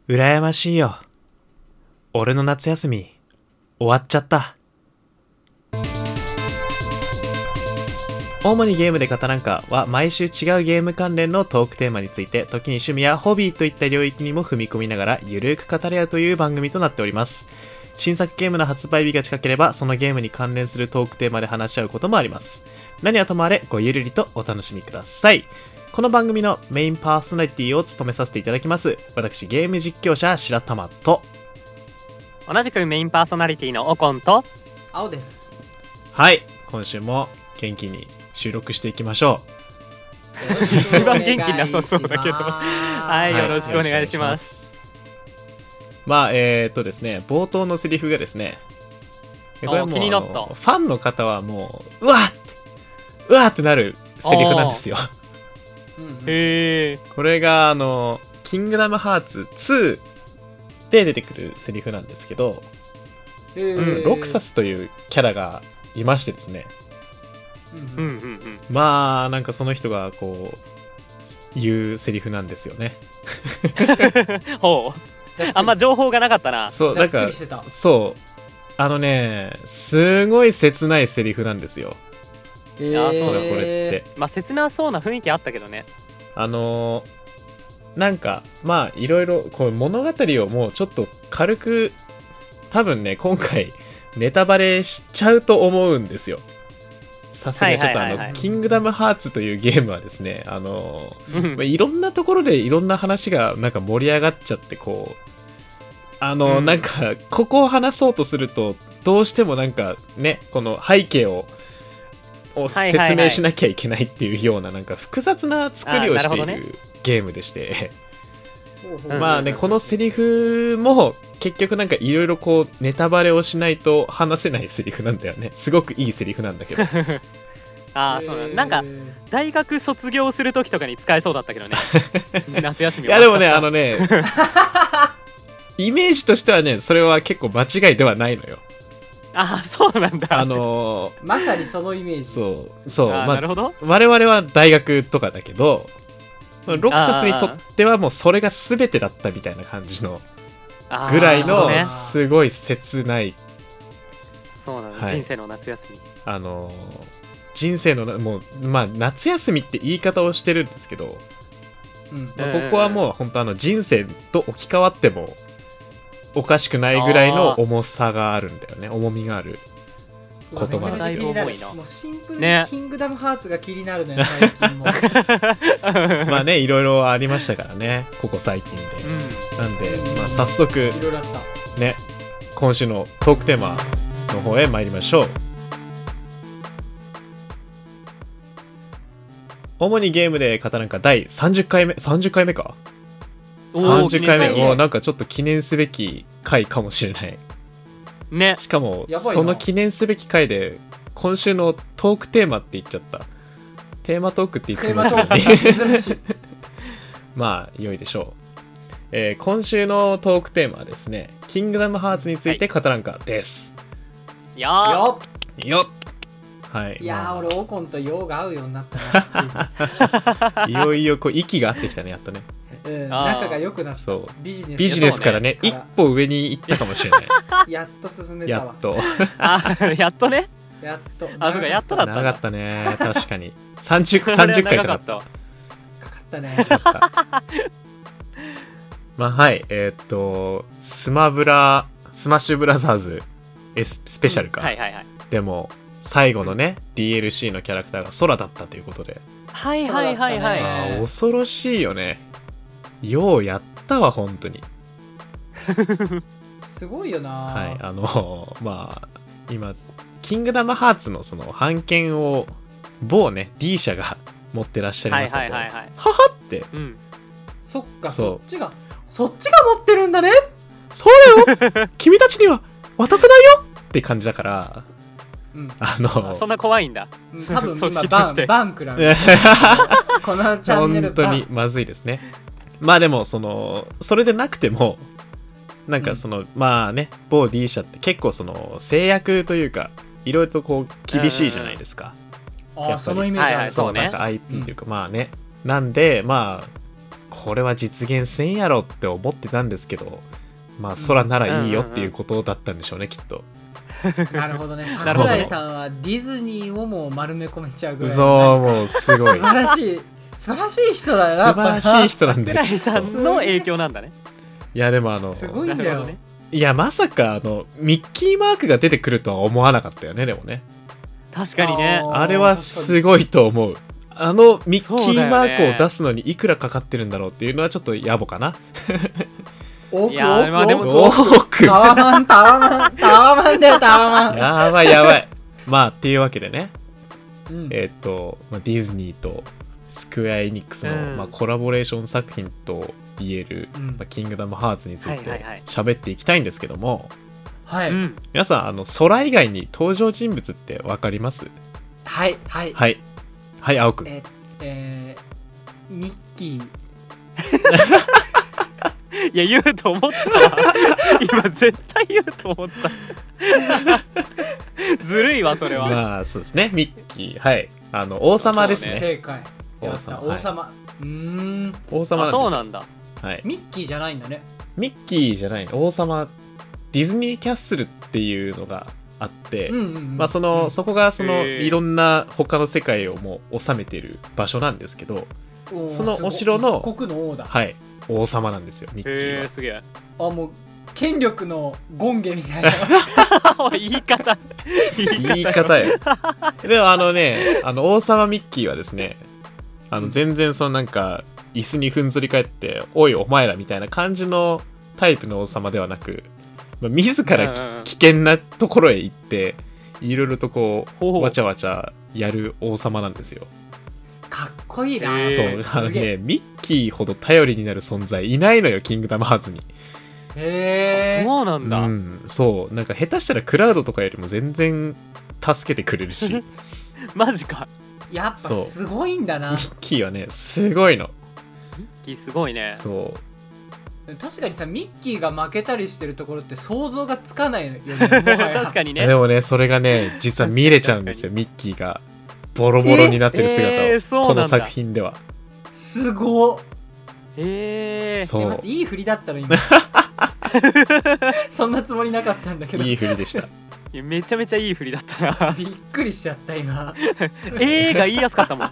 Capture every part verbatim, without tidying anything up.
羨ましいよ。俺の夏休み終わっちゃった。主にゲームで語らんかは毎週違うゲーム関連のトークテーマについて、時に趣味やホビーといった領域にも踏み込みながらゆるく語り合うという番組となっております。新作ゲームの発売日が近ければそのゲームに関連するトークテーマで話し合うこともあります。何はともあれごゆるりとお楽しみください。この番組のメインパーソナリティを務めさせていただきます私ゲーム実況者白玉と、 同じくメインパーソナリティのオコンと青です。 はい、今週も元気に収録していきましょう。一番元気なさそうだけどはい、はい、よろしくお願いします。 まあえー、っとですね冒頭のセリフがですね、これはもう気になった。 ファンの方はもううわーってうわーってなるセリフなんですよ。 へえ。 これがあのキングダムハーツツーで出てくるセリフなんですけど、うん、ロクサスというキャラがいましてですね、 うんうんうん、 まあなんかその人がこう言うセリフなんですよね。 ほう。あんま情報がなかったな。 そう、なんかそうあのねすごい切ないセリフなんですよ。 いや、そうだこれってまあ切なそうな雰囲気あったけどね。 あのー、なんかまあいろいろこう物語をもうちょっと軽く多分ね今回ネタバレしちゃうと思うんですよ。さすがにちょっとあのキングダムハーツというゲームはですね、あのー、いろんなところでいろんな話がなんか盛り上がっちゃってこうあのーうん、なんかここを話そうとするとどうしてもなんかねこの背景をを説明しなきゃいけないっていうようななんか複雑な作りをしているゲームでしてまあねこのセリフも結局なんかいろいろこうネタバレをしないと話せないセリフなんだよね。すごくいいセリフなんだけどああそうなんなんか大学卒業する時とかに使えそうだったけどね。夏休みいやでもねあのねイメージとしてはねそれは結構間違いではないのよ。 ああそうなんだ。 あのー、まさにそのイメージ。 そうそうあ、まあ、なるほど。 我々は大学とかだけどロクサスにとってはもうそれが全てだったみたいな感じのぐらいのすごい切ない、 そうなの、はい、人生の夏休み。 あのー、人生のもうまあ夏休みって言い方をしてるんですけど、うんまあ、ここはもう本当あの人生と置き換わってもおかしくないぐらいの重さがあるんだよね。重みがある言葉なんですよ。 もうシンプルにキングダムハーツが気になるのよ、ね、最近もまあねいろいろありましたからねここ最近で、うん、なんで、まあ、早速いろいろあったね今週のトークテーマの方へ参りましょう。主にゲームで語らんかだいさんじゅっかいめさんじゅっかいめかさんじゅっかいめもうなんかちょっと記念すべき回かもしれないね。 しかもその記念すべき回で今週のトークテーマって言っちゃった。テーマトークって言ってもらったのにまあ良いでしょう、えー、今週のトークテーマはですねキングダムハーツについて語らんかです、 はい、よっよっはい、 いやー、まあ、俺オコンとヨーが合うようになったな。 いよいよこう息が合ってきたねやっとね。 うん、仲が良くなった。 そうビジネスビジネスからね一歩上に行ったかもしれない。 やっと進めたわ。 やっとあやっとねやっとあそうかやっとだったんだ。 長かったね確かにさんじゅう、さんじゅっかいかかったかかったねまあはいえー、っとスマブラスマッシュブラザーズスペシャルか、 うんはいはいはい、 でも最後のね ディーエルシー のキャラクターが空だったということで、 はいはいはいはい、 あ恐ろしいよね。ようやったわ本当にすごいよな。 はいあのまあ今キングダムハーツのその版権を某ね D 社が持ってらっしゃいますので、 はいはいはいはい、 ははって、 うん、 そっかそっちがそっちが持ってるんだね。 そうだよ君たちには渡せないよって感じだからうん、 あのあそんな怖いんだ。 多分今バンバンクラムこのチャンネル本当にまずいですね。まあでもそのそれでなくてもなんかその、うん、まあね某 D 社って結構その制約というかいろいろとこう厳しいじゃないですか。 あそのイメージある。 そうなんか アイピー というか、うん、まあねなんでまあこれは実現せんやろって思ってたんですけど、まあ空ならいいよっていうことだったんでしょうね、きっと。 なるほどね。 なるほど桜井さんはディズニーをもう丸め込めちゃうぐらいそうのもうすごい素晴らしい素晴らしい人だよな。 素晴らしい人なんだよ桜井さんの影響なんだね。 いやでもあのすごいんだよ、 なるほどね。 いやまさかあのミッキーマークが出てくるとは思わなかったよね。でもね確かにね。 あーあれはすごいと思う。あのミッキそうだよねーマークを出すのにいくらかかってるんだろうっていうのはちょっと野暮かな。 奥いやーまあで奥も奥多くタワマンタワマンタワマンだよタワマン。 やばいやばい。まあっていうわけでね、 うんえっ、と、まあ、ディズニーとスクエア・エニックスの、 うんまあ、コラボレーション作品と言える、 うんまあ、キングダムハーツについてはいはいはい喋っていきたいんですけども、 はい、 うん。 皆さんあの空以外に登場人物って分かります？ はいはいはいはい青くん。 ええー、ミッキー。 いや言うと思ったわ。今絶対言うと思った。ずるいわそれは。 まあそうですね、ミッキー、はい、あの王様ですね。 正解。やった王様王様、うーん王様あなんですよ。 そうなんだ。 はい、 ミッキーじゃないんだね。 ミッキーじゃないの、王様。ディズニーキャッスルっていうのがあって、 うんうんうんまあその、 うんそこがそのへーいろんな他の世界をもう治めている場所なんですけど、 おーそのすごいお城の一国の王だ。 はい、王様なんですよミッキーはへえ。すげえ。 あもう権力の権下みたいな。 言い方。 言い方よ。でもあのね、あの王様ミッキーはですね、あの全然そのなんか椅子にふんぞり返っておいお前らみたいな感じのタイプの王様ではなく、まあ、自らきうんうんうん危険なところへ行っていろいろとこほうほううわちゃわちゃやる王様なんですよ。 かっこいいな。 へーそうあのすげえね、ミッキーほど頼りになる存在いないのよ、キングダムハーツに。 へえ。 そうなんだ。 うん、そうなんか下手したらクラウドとかよりも全然助けてくれるしミッマジか。 やっぱそうすごいんだな。 キーはねすごいの。 すごいね。 そう確かにさ、ミッキーが負けたりしてるところって想像がつかないよね。もはや確かにね。 でもねそれがね実は見れちゃうんですよ、ミッキーがボロボロになってる姿を、 えーそうなんだこの作品では。 すごっ。 へえ。 そうえ待っていい振りだったの今。そんなつもりなかったんだけど。 いい振りでした。 いやめちゃめちゃいい振りだったな。 びっくりしちゃった今。 えーが言いやすかったもん。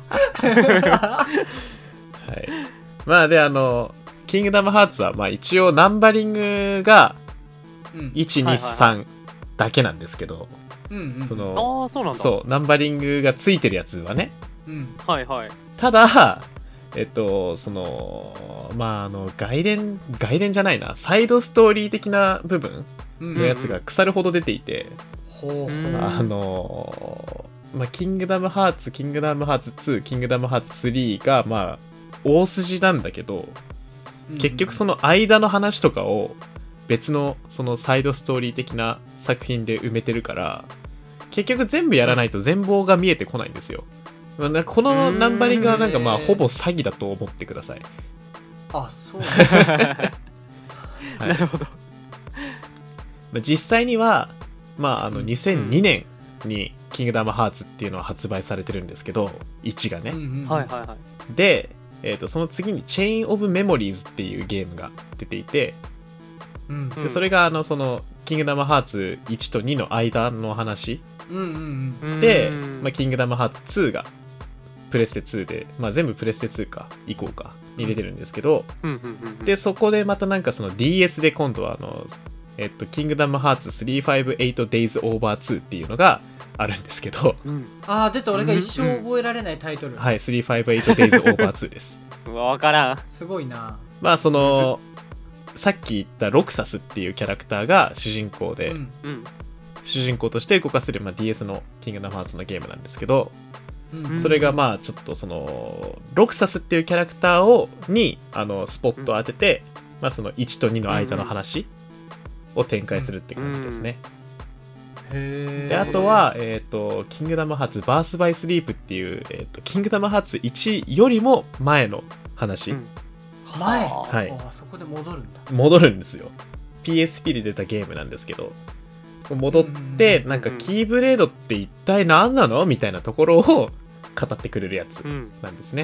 はい、まあであのキングダムハーツはまあ一応ナンバリングがうんいちにさんだけなんですけど、 うんうんそのああそうなんだ。 そうナンバリングがついてるやつはね。 うんはいはい。 ただえっとそのまああの外伝外伝じゃないなサイドストーリー的な部分うんのやつが腐るほど出ていて、 ほうほううんあのまあ、キングダムハーツ、キングダムハーツツー、キングダムハーツスリーが、まあ、大筋なんだけど、結局そのの間の話とかを別のそのサイドストーリー的な作品で埋めてるから、結局全部やらないと全貌が見えてこないんですよ。まあこのナンバリングはなんかまあへーほぼ詐欺だと思ってください。 あそうなんだはいなるほど。 まあ実際には、まあ、あのうんにせんにねんにキングダムハーツっていうのは発売されてるんですけど、いちがね。 うんうんはいはいはい。 で、えー、とその次にチェーン・オブ・メモリーズっていうゲームが出ていて、 うんうんでそれがあのそのキングダムハーツいちとにの間の話うんうんうんで、 うんまあ、キングダムハーツツーがプレステツーで、まあ、全部プレステツーか以降かに出てるんですけど、 うんうんうんうんでそこでまたなんかその ディーエス で今度はあのえっとキングダムハーツスリーファイブエイト Days Over ツーっていうのがあるんですけど、 うんああ出た俺が一生覚えられないタイトル、 はい、スリーファイブエイト Days Over ツーです。 うわわからん。 すごいなまあそのさっき言ったロクサスっていうキャラクターが主人公で、 うんうん主人公として動かせる、まあ、ディーエス のキングダムハーツのゲームなんですけど、 うんそれがまあちょっとそのロクサスっていうキャラクターをにあのスポットを当てて、まあ、そのいちとにの間の話を展開するって感じですね。 へえであとは、えーと、キングダムハーツバースバイスリープっていう、えーと、キングダムハーツいちよりも前の話、 うん前ははいああそこで戻るんだ戻るんですよ。 ピーエスピー で出たゲームなんですけど、戻ってうんなんかキーブレードって一体何なのみたいなところを語ってくれるやつうんなんですね。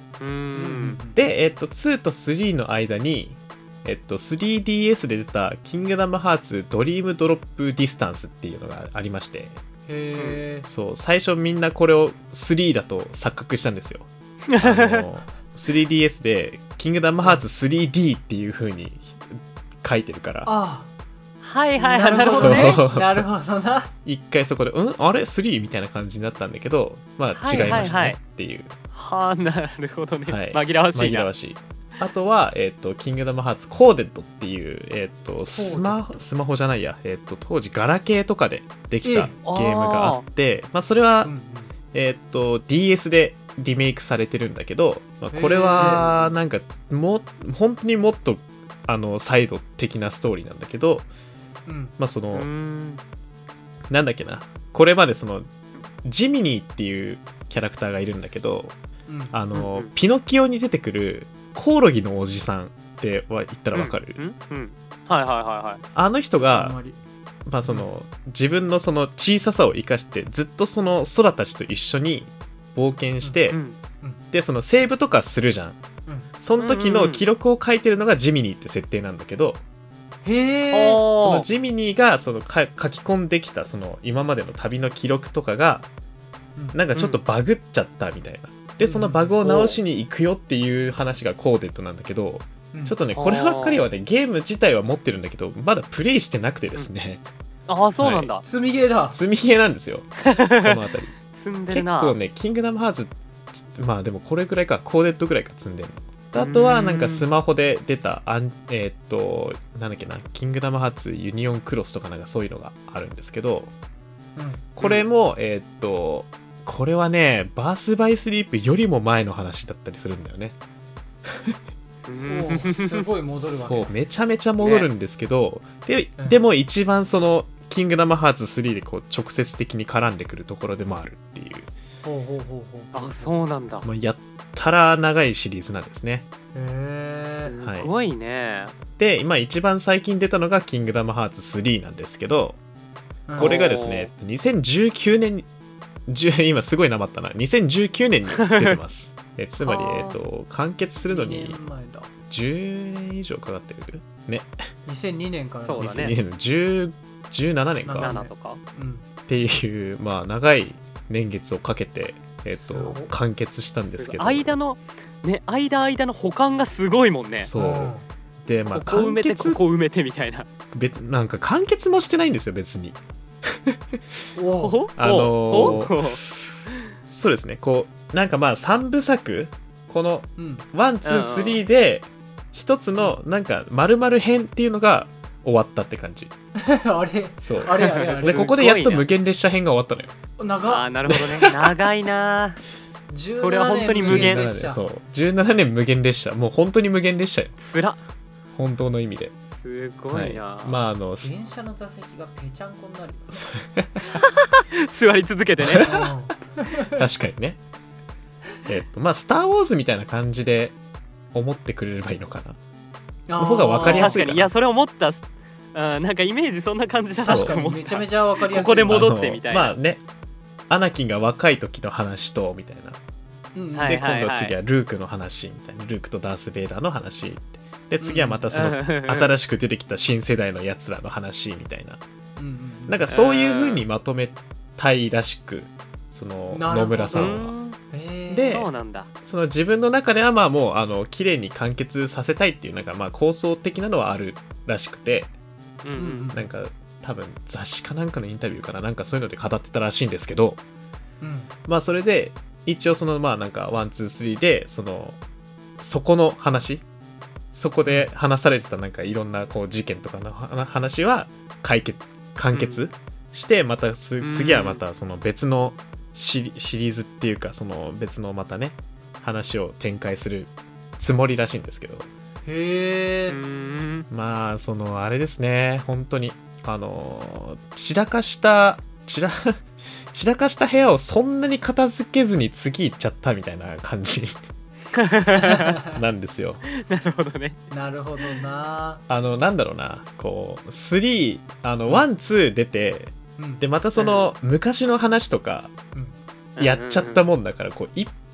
うーんで、えっと、ツーとスリーの間に、えっと、スリーディーエス で出たキングダムハーツドリームドロップディスタンスっていうのがありまして、 へえ、 そう最初みんなこれをスリーだと錯覚したんですよ。あの スリーディーエス でキングダムハーツ スリーディー っていう風に書いてるから、 あはいはいあ、 はい、 なるほどねそうなるほどな。 一回そこでうんあれ スリー みたいな感じになったんだけど、まあはい違いましたはいはいねっていう、 はあ、なるほどね、 はい紛らわしいな。 紛らわしい。あとは、えっと、キングダムハーツコーデットっていう、えっと、スマホ、スマホじゃないや、えっと、当時ガラケーとかでできたゲえームがあって、まあ、それは、 うんうんえっと、ディーエス でリメイクされてるんだけど、まあ、これは、なんか、も、本当にもっと、あの、サイド的なストーリーなんだけど、 うんまあ、その、 うーんなんだっけな、これまでその、ジミニーっていうキャラクターがいるんだけど、 うんあの、 うんうんピノキオに出てくるコオロギのおじさんっては言ったらわかる、 うんうんはいはいはいはい。 あの人あんが、 まりまあ、その自分のその小ささを生かしてずっとその空たちと一緒に冒険して、 うんでそのセーブとかするじゃん。 うんその時の記録を書いてるのがジミニーって設定なんだけど、 へえ、 そのおージミニーがそのか書き込んできたその今までの旅の記録とかがなんかちょっとバグっちゃったみたいな、でそのバグを直しに行くよっていう話がコーデットなんだけど、 うんちょっとねこればっかりはねゲーム自体は持ってるんだけどまだプレイしてなくてですね、 ああそうなんだ、 積みゲーだ。 積みゲーなんですよこの辺り結積んでるな。 構ねキングダムハーツまあでもこれぐらいかコーデットぐらいか積んでるの。あとはなんかスマホで出たあんえーっとなんだっけなキングダムハーツユニオンクロスとかなんかそういうのがあるんですけど、 うんこれもえーっとこれはねバースバイスリープよりも前の話だったりするんだよね。 うんおーすごい戻るわけそうめちゃめちゃ戻るんですけど、でうんでも一番そのキングダムハーツスリーでこう直接的に絡んでくるところでもあるっていう、 ほうほうほうほう。 あそうなんだ、 まあ、やったら長いシリーズなんですね。 へえ。 すごいね、 で今一番最近出たのがキングダムハーツスリーなんですけど、これがですねにせんじゅうきゅうねんにじゅう今すごいなまったなにせんじゅうきゅうねんに出てますえつまり、 あーえー、と完結するのににねんまえだ。 じゅうねん以上かかってるね。 にせんにねんからそうだねにせんにねんのじゅう じゅうななねんかなななとかうん。 っていうまあ長い年月をかけて、えー、 すごいと完結したんですけど、 間のね間間の保管がすごいもんね。 そうでまあここ埋めてこ完結こ埋めてみたいな。 別なんか完結もしてないんですよ別に。 うん。おお。 ほあのーほほそうですねこうなんかまあさんぶ作このうん。 ワンツースリーで一つのなんか丸々編っていうのが終わったって感じ。 あれそうあれあれあれ。 でここでやっと無限列車編が終わったのよ。 長っ。 あーなるほどね長いなじゅうななねんそれは本当に無限でした。 そうじゅうななねん無限列車もう本当に無限列車よつら本当の意味ですごいな、 はい、まああのす電車の座席がぺちゃんこになるよ。 座り続けてね確かにねえっとまあスター・ウォーズみたいな感じで思ってくれればいいのかなのの方が分かりやすいかな確かにいやそれ思ったあなんかイメージそんな感じだなそうと思った確かにめちゃめちゃわかりやすい。 ここで戻ってみたいなあのまあねアナキンが若い時の話とみたいなうんうん。 はいで今度は次はルークの話みたいなルークとダース・ベイダーの話で次はまたその新しく出てきた新世代のやつらの話みたいなうんうん。 なんかそういう風にまとめたいらしくそのなるほど野村さうんはんへーでそうなんだその自分の中ではまあもうあの綺麗に完結させたいっていうなんかまあ構想的なのはあるらしくてうんうんなんか多分雑誌かなんかのインタビューかななんかそういうので語ってたらしいんですけどうんまあそれで一応そのまあなんかワンツースリーでそのそこの話そこで話されてたなんかいろんなこう事件とかの話話は解決完結してまたすうん次はまたその別のシリシリーズっていうかその別のまたね話を展開するつもりらしいんですけどへえ。 うーんまあそのあれですね本当にあの散らかした散ら散らかした部屋をそんなに片付けずに次行っちゃったみたいな感じなんですよ。 なるほどねなるほどな。 あのなんだろうなこうスリーあのワンツー出てうんでまたその昔の話とかうんやっちゃったもんだからこう一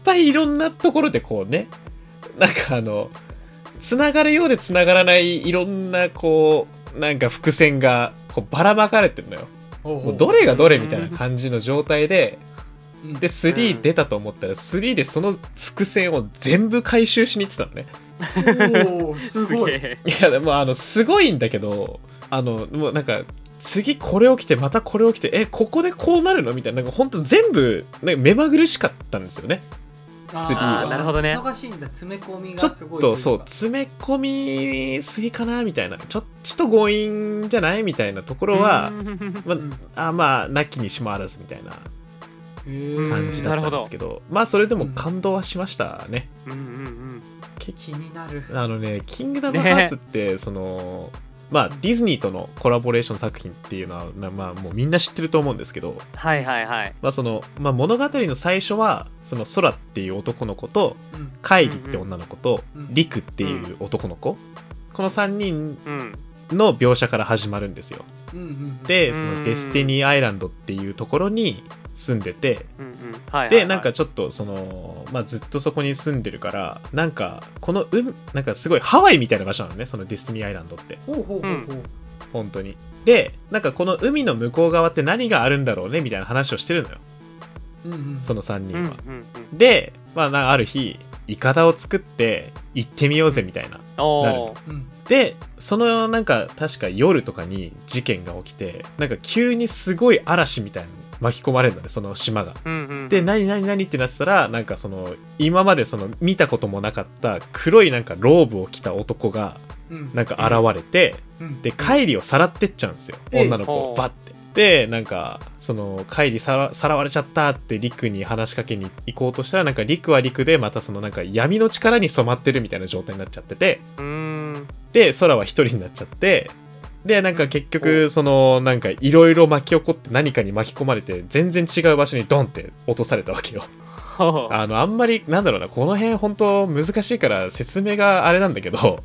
ぱいいろんなところでこうね、なんかあのつながるようでつながらないいろんなこうなんか伏線がこうばらまかれてるのよ。もうどれがどれみたいな感じの状態で、でスリー出たと思ったらスリーでその伏線を全部回収しに行ってたのね。 おーすごい。 すげえいやでもあのすごいんだけど、あのもうなんか次これ起きてまたこれ起きて、えここでこうなるのみたいな、なんかほんと全部なんか目まぐるしかったんですよね。スリーはあーなるほどね。 忙しいんだ、詰め込みちょっがすごいとそうといか詰め込みすぎかなみたいな、ちょっと強引じゃないみたいなところは、まうんあまあなきにしもあらずみたいなへー感じだったんですけど、まあそれでも感動はしましたね。 うんうんうん気になる。 あのね「キングダムハーツ」ってその、まあディズニーとのコラボレーション作品っていうのはなまあもうみんな知ってると思うんですけど、 はいはいはい。 まあそのまあ、物語の最初はその空っていう男の子とうんカイリって女の子とうんリクっていう男の子、このさんにんうんの描写から始まるんですよ。 うんうんでそのデスティニーアイランドっていうところに住んでて、 うんうんはいはいはい。 でなんかちょっとその、まあ、ずっとそこに住んでるからなんかこの海なんかすごいハワイみたいな場所なのね、そのデスティニーアイランドってほうほうほうほう本当に。でなんかこの海の向こう側って何があるんだろうねみたいな話をしてるのよ、 うんうんそのさんにんは。 うんうんうん。 で、まあ、なんかある日イカダを作って行ってみようぜみたいな。 おーうんでそのなんか確か夜とかに事件が起きて、なんか急にすごい嵐みたいなのに巻き込まれるのね、その島が。 うんうん。 で何何何ってなってたら、なんかその今までその見たこともなかった黒いなんかローブを着た男がうんなんか現れて、 うんでカイリをさらってっちゃうんですよ、 ええ女の子をバッて。でなんかそのカイリさらさらわれちゃったってリクに話しかけに行こうとしたら、なんかリクはリクでまたそのなんか闇の力に染まってるみたいな状態になっちゃってて、 うーん。 で空は一人になっちゃって、でなんか結局そのなんかいろいろ巻き起こって何かに巻き込まれて全然違う場所にドンって落とされたわけよ。 ほうあのあんまりなんだろうな、この辺本当難しいから説明があれなんだけど、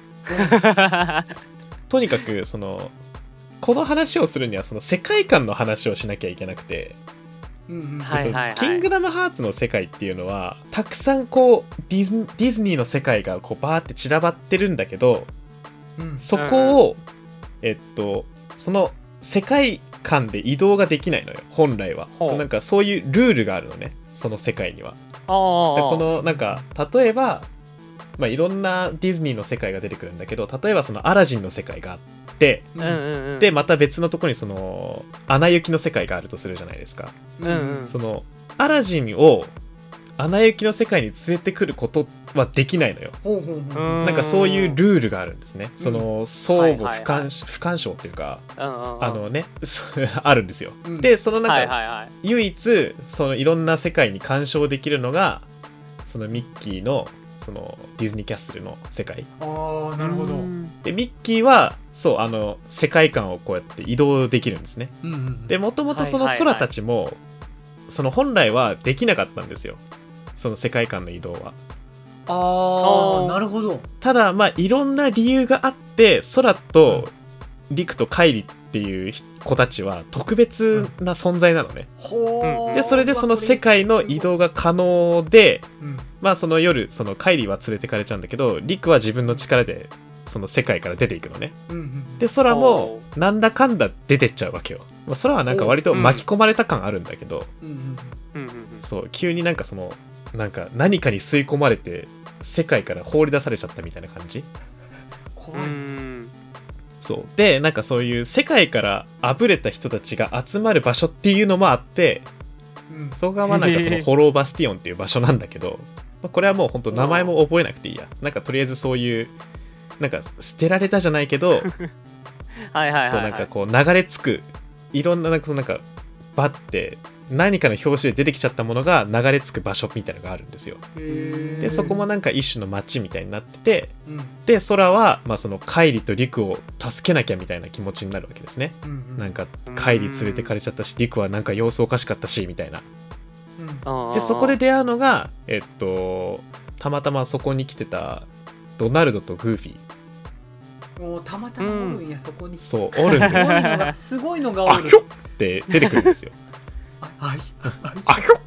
とにかくそのこの話をするにはその世界観の話をしなきゃいけなくて、 うんうんはいはいはいキングダムハーツの世界っていうのはたくさんこうディズディズニーの世界がこうバーって散らばってるんだけど、 うんそこを、えっとその世界観で移動ができないのよ本来は。 ほうそうなんかそういうルールがあるのね、その世界には。 おーでこのなんか例えば、まあ、いろんなディズニーの世界が出てくるんだけど、例えばそのアラジンの世界があってうんうんうん。 でまた別のところにそのアナ雪の世界があるとするじゃないですか。 うんうんそのアラジンをアナ雪の世界に連れてくることはできないのよ。 ほうほうほううんなんかそういうルールがあるんですね。その相互はいはいはい不干不干渉っていうか、 うんうんうんあのねそうあるんですよ。 うんでその中、 はいはいはい。 唯一そのいろんな世界に干渉できるのがそのミッキーのそのディズニーキャッスルの世界ああなるほど。 ううんんでミッキーはそうあの世界観をこうやって移動できるんですね。 うんでもともとその空たちも、その本来はできなかったんですよ、その世界観の移動は。 ああーあなるほど。 ただまあいろんな理由があって空とリクとカイリっていう子たちは特別な存在なのね。 ほうでそれでその世界の移動が可能で、 うんまあその夜そのカイリは連れてかれちゃうんだけど、リクは自分の力でその世界から出ていくのね。 うんうんで空もなんだかんだ出てっちゃうわけよ。まあ空はなんか割と巻き込まれた感あるんだけど、 うんうんうんうんうん。 そう急になんかそのなんか何かに吸い込まれて世界から放り出されちゃったみたいな感じ。 怖い。 うーんそうでなんかそういう世界からあぶれた人たちが集まる場所っていうのもあって、 うんそこがまあなんかそのホローバスティオンっていう場所なんだけど、まあ、これはもう本当名前も覚えなくていいや。なんかとりあえずそういうなんか捨てられたじゃないけどはいはいはいはい。 そうなんかこう流れ着くいろんななんかそのなんかバッて何かの表紙で出てきちゃったものが流れ着く場所みたいなのがあるんですよ。 へーでそこもなんか一種の街みたいになってて、 うんで空はまあそのカイリとリクを助けなきゃみたいな気持ちになるわけですね。 うんうんなんかカイリ連れてかれちゃったしリクはなんか様子おかしかったしみたいな。 うんでそこで出会うのがえっとたまたまそこに来てたドナルドとグーフィー。 もうたまたまおるんや、そこにすそうおるんですごいのがすごいのがおるあひょって出てくるんですよ。 あはいあひょっ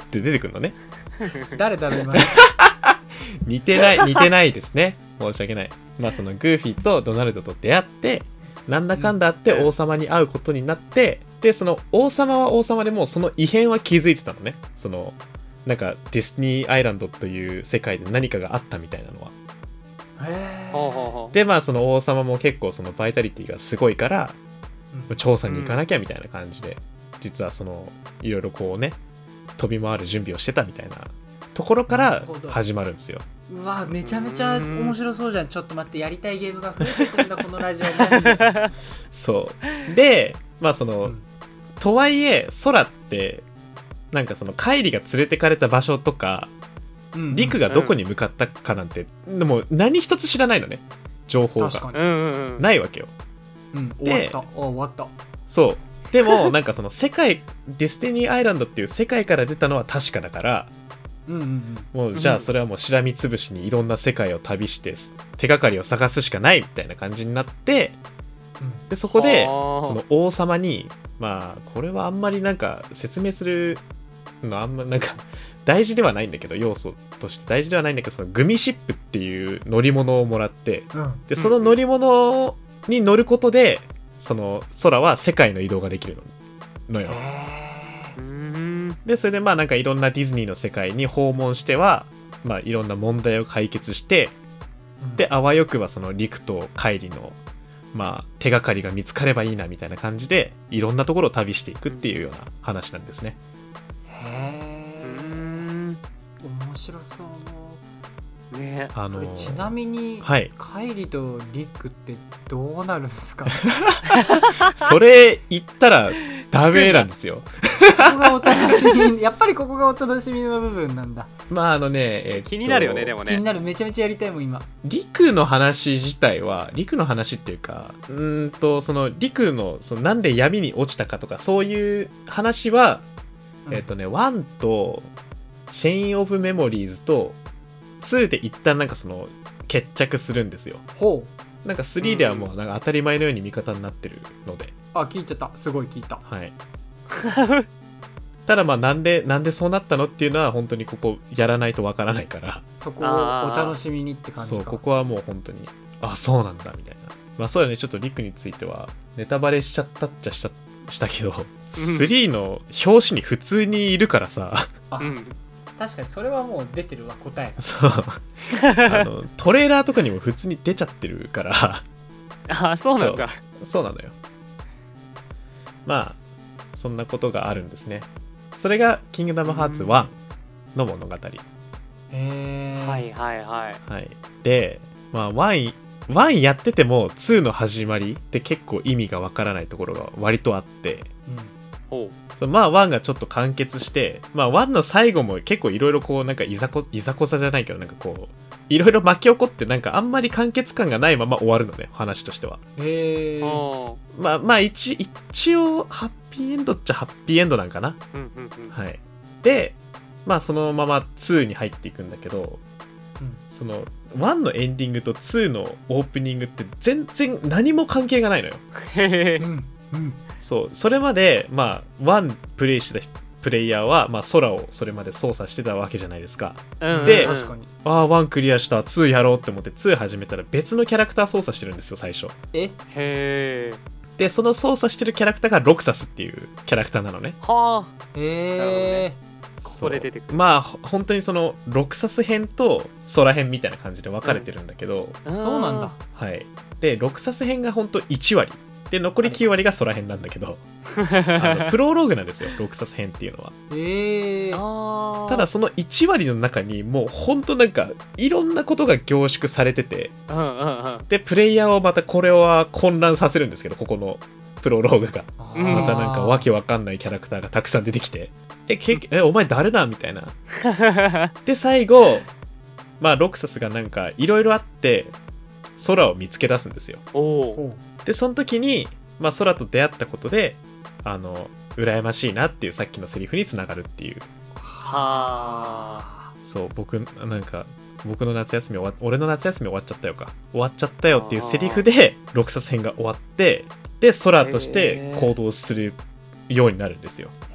って出てくるのね。 誰だろう今似てない似てないですね、申し訳ない。まあそのグーフィーとドナルドと出会って、なんだかんだあって王様に会うことになって、でその王様は王様でもうその異変は気づいてたのね。そのなんかディズニーアイランドという世界で何かがあったみたいなのは。 へほうほうほうでまあその王様も結構そのバイタリティがすごいから調査に行かなきゃみたいな感じで、実はそのいろいろこうね飛び回る準備をしてたみたいなところから始まるんですよ。 うわめちゃめちゃ面白そうじゃん。ちょっと待って、やりたいゲームが増えてくるんだこのラジオマジで。 そうでまあその、うん、とはいえ空ってなんかそのカイリが連れてかれた場所とか、うん、リクがどこに向かったかなんて、うん、でも何一つ知らないのね、情報が確かにないわけよ。 うん、終わった。あ終わった。 そうでもなんかその世界ディスティニーアイランドっていう世界から出たのは確かだから、 うんうんうん、 もうじゃあそれはもうしらみつぶしにいろんな世界を旅して手がかりを探すしかないみたいな感じになって、でそこでその王様に、まあこれはあんまりなんか説明するのあんまなんか大事ではないんだけど、要素として大事ではないんだけど、そのグミシップっていう乗り物をもらって、 うん、 でその乗り物に乗ることでその空は世界の移動ができるのよ。でそれでまあなんかいろんなディズニーの世界に訪問しては、まあ、いろんな問題を解決して、うん、であわよくばそのリクとカイリの、まあ、手がかりが見つかればいいなみたいな感じでいろんなところを旅していくっていうような話なんですね。 へー、面白そうね。 あのー、 ちなみに、 はい、 カイリとリクってどうなるんですか？ それ言ったらダメなんですよ。 ここがお楽しみやっぱりここがお楽しみの部分なんだ。 まああのね、えー、 気になるよね。でもね気になる、めちゃめちゃやりたいもん今。 リクの話自体はリクの話っていうかうーんとそのリクのそのなんで闇に落ちたかとかそういう話は、うん、えっ、ー、とねワンとチェインオブメモリーズとツーで一旦なんかその決着するんですよ。 ほうなんかスリーではもうなんか当たり前のように味方になってるので、 あ聞いちゃった、すごい聞いた。 はいただまあなんでなんでそうなったのっていうのは本当にここやらないとわからないから、 そこをお楽しみにって感じか。 そうここはもう本当にあそうなんだみたいな。まあそうよね、ちょっとリクについてはネタバレしちゃったっちゃしたしたけど、うん、スリーの表紙に普通にいるからさあ、うん、確かにそれはもう出てるわ答え。 そうあのトレーラーとかにも普通に出ちゃってるからあそうなんだ。 そう、そうなのよ。まあそんなことがあるんですね。それがキングダムハーツワンの物語。 へー、 はいはいはい、 はい、で、まあ、ワン, ワンやっててもツーの始まりって結構意味がわからないところが割とあって、 うん、 そうまあワンがちょっと完結して、まあワンの最後も結構いろいろこうなんかいざこいざこざじゃないけどなんかこういろいろ巻き起こってなんかあんまり完結感がないまま終わるのね、話としては。 へー、 まあまあ 一, 一応ハッピーエンドっちゃハッピーエンドなんかな、 うんうんうん、 はい。でまあそのままツーに入っていくんだけど、うん、そのワンのエンディングとツーのオープニングって全然何も関係がないのよ。 へー、うんうん、 そうそれまでまあワンプレイしたプレイヤーは、まあ、空をそれまで操作してたわけじゃないですか、 うん、 で、 確かにああワンクリアしたツーやろうって思ってツー始めたら別のキャラクター操作してるんですよ最初。 えへー、 でその操作してるキャラクターがロクサスっていうキャラクターなのね。 はあ、 へー、 ここで出てくる。 まあ本当にそのロクサス編と空編みたいな感じで分かれてるんだけど、 うん、そうなんだ。 はい。でロクサス編が本当いち割で残りきゅう割が空編なんだけどあのプロローグなんですよロクサス編っていうのは。 へー、 ただそのいち割の中にもう本当なんかいろんなことが凝縮されてて、 うんうんうん、 でプレイヤーをまたこれは混乱させるんですけど、ここのプロローグがまたなんかわけわかんないキャラクターがたくさん出てきて、えけえお前誰だみたいなで最後まあロクサスがなんかいろいろあって空を見つけ出すんですよ。 おでその時に、まあ、空と出会ったことであの羨ましいなっていうさっきのセリフにつながるっていう。 はあ、 そう僕なんか僕の夏休み終わ俺の夏休み終わっちゃったよか終わっちゃったよっていうセリフでロクサス編が終わって、で空として行動するようになるんですよ。 へ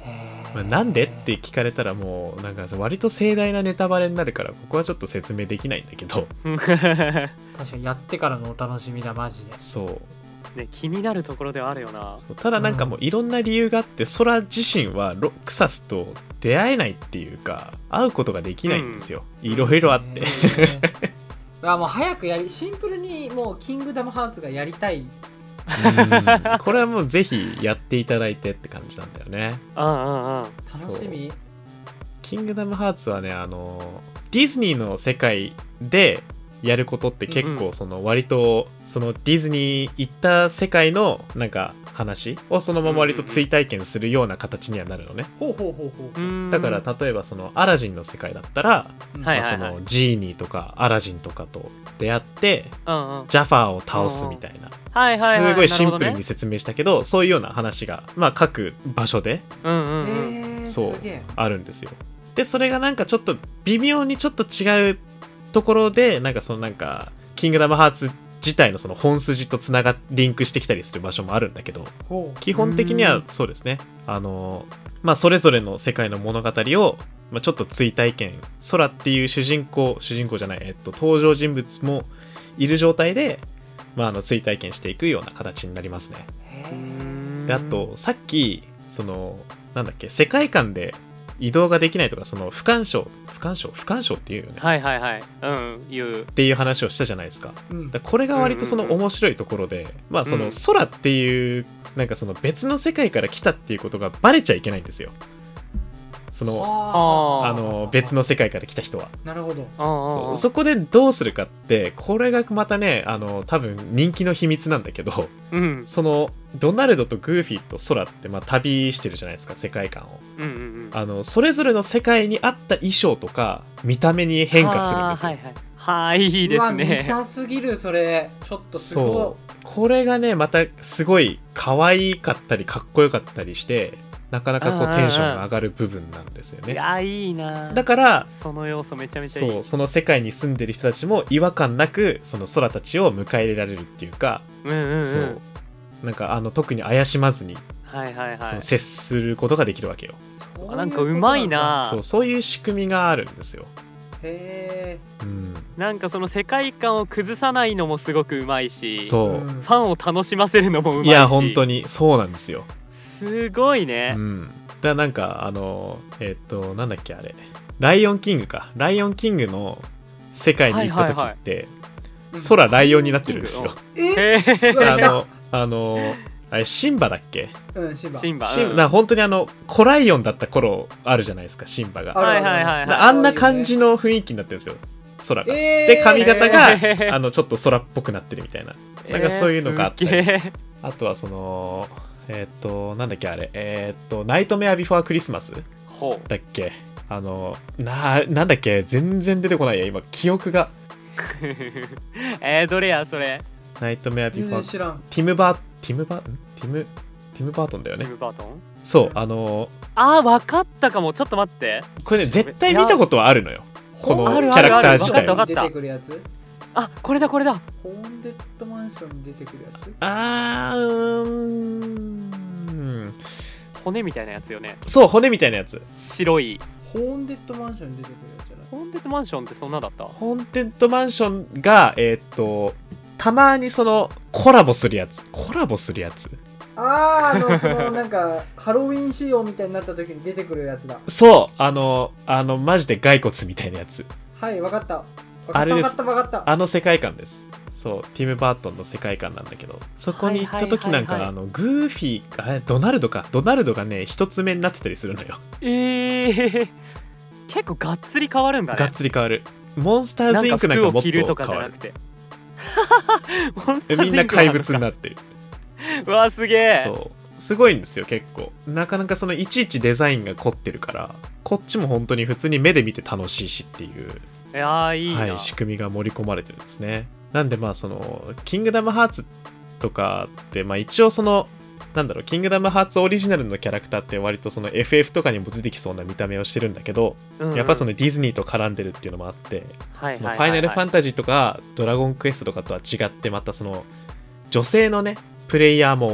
まあ、なんでって聞かれたらもうなんか割と盛大なネタバレになるからここはちょっと説明できないんだけど確かにやってからのお楽しみだマジで。 そうね、気になるところではあるよな。 そうただなんかもういろんな理由があってソラ自身はロクサスと出会えないっていうか会うことができないんですよ、いろいろあって、 へーあもう早くやりシンプルにもうキングダムハーツがやりたい。 うんこれはもうぜひやっていただいてって感じなんだよね。 うんうんうん。 楽しみ。 キングダムハーツはねあのディズニーの世界でやることって結うんう構その割とそのディズニー行った世界のなんか話をそのまま割と追体験するような形にはなるのね。 ほうほうほうほう。 うーんだから例えばそのアラジンの世界だったら、 うんはいまあそのジーニーとかアラジンとかと出会ってうんうん。 ジャファーを倒すみたいな、 はいはいはい。 すごいシンプルなるほに説明したけどそういうような話が、まあ、各場所でどね。うんうんうん。 えー、 そうすげえ。 あるんですよ。でそれがなんかちょっと微妙にちょっと違うところでなんかそのなんかキングダムハーツ自体のその本筋とつながリンクしてきたりする場所もあるんだけどほう基本的にはそうですねあのまあそれぞれの世界の物語を、まあ、ちょっと追体験空っていう主人公主人公じゃない、えっと、登場人物もいる状態で、まあ、あの追体験していくような形になりますね。 へうーーんであとさっきそのなんだっけ世界観で移動ができないとかその不干渉不干渉不干渉っていうよねはいはいはい。うん、言う。 っていう話をしたじゃないですか。 うんだからこれが割とそのうんうんうん面白いところで、まあそのうん空っていうなんかその別の世界から来たっていうことがバレちゃいけないんですよ。そのはあの別の世界から来た人はなるほど。 うんうんそううんそこでどうするかってこれがまたねあの多分人気の秘密なんだけどうんそのドナルドとグーフィーと空ってまあ旅してるじゃないですか世界観を。 うんうんうん。 あのそれぞれの世界に合った衣装とか見た目に変化するんですよ。 はいはい。はい、いいでうわ見すね。 たすぎるそれちょっとすごそうこれがねまたすごい可愛かったりかっこよかったりしてなかなかこうんうんうんうテンションが上がる部分なんですよね。 いや、いいな。 だからその要素めちゃめちゃいい。 そうその世界に住んでる人たちも違和感なくその空たちを迎え入れられるっていうか、 うんうんうん。 そうなんかあの特に怪しまずにはいはいはいその。接することができるわけよ。 そういうことあなんかうまいなそうそういう仕組みがあるんですよ。 へうん、 なんかその世界観を崩さないのもすごくうまいし、フそう、 うんァンを楽しませるのもうまいし。 いや本当にそうなんですよ。 すごいねう。ん、だからなんかあのえっ、となんだっけあれライオンキングかライオンキングの世界に行った時って、 はいはいはい空ライオンになってるんですよ。 えへーうわいたあのあのあれシンバだっけうんシンバシンバ。 シンうんな本当にあのコライオンだった頃あるじゃないですかシンバが。 あるあるはいはいはいはいあんな感じの雰囲気になってるんですよ空が。 えーで髪型が、 えーあのちょっと空っぽくなってるみたいな。なんかそういうのがあったり、 えーすげーあとはそのえっ、となんだっけあれえっ、とナイトメアビフォークリスマスほう。 だっけあのななんだっけ全然出てこないや今記憶が。 えー、どれやそれ。 ナイトメアビ全フォーク然知らんティムバーティムバーんティムティムバートンだよティね。 ム・バートン。 そうあのあー、わかったかも。ちょっと待って。 これね絶対見たことはあるのよこのあるキャラクター自体は。 あるあるわかった出てくるやつあ、これだこれだ。 ホーンデッドマンションに出てくるやつあーうーん骨みたいなやつよね。 そう骨みたいなやつ。 白い。 ホーンデッドマンションに出てくるやつじゃないホーンデッドマンションってそんなだった？ ホーンテッドマンションがえーっとたまにそのコラボするやつコラボするやつあーあのそのなんかハロウィン仕様みたいになった時に出てくるやつだそうあのあのマジで骸骨みたいなやつはいわかったわかあれですったわかったわかったあの世界観です。そうティム・バートンの世界観なんだけどそこに行った時なんか、 はいはいはいはいあのグーフィーあれドナルドかドナルドがね一つ目になってたりするのよ。 えー、結構がっつり変わるんだね。 がっつり変わる。モンスターズインクなんかもっと服を着るとかじ変わるゃなく。てモンスターズインクみんな怪物になってる。 うわすげえ。 そうすごいんですよ結構。なかなかそのいちいちデザインが凝ってるからこっちも本当に普通に目で見て楽しいしっていういやーいいな、 はい、仕組みが盛り込まれてるんですね。なんでまあそのキングダムハーツとかってまあ一応そのなんだろうキングダムハーツオリジナルのキャラクターって割とその エフエフ とかにも出てきそうな見た目をしてるんだけど、 うんうんやっぱそのディズニーと絡んでるっていうのもあって、 はいそのはいはいはいファイナルファンタジーとかドラゴンクエストとかとは違ってまたその女性のねプレイヤーも多い。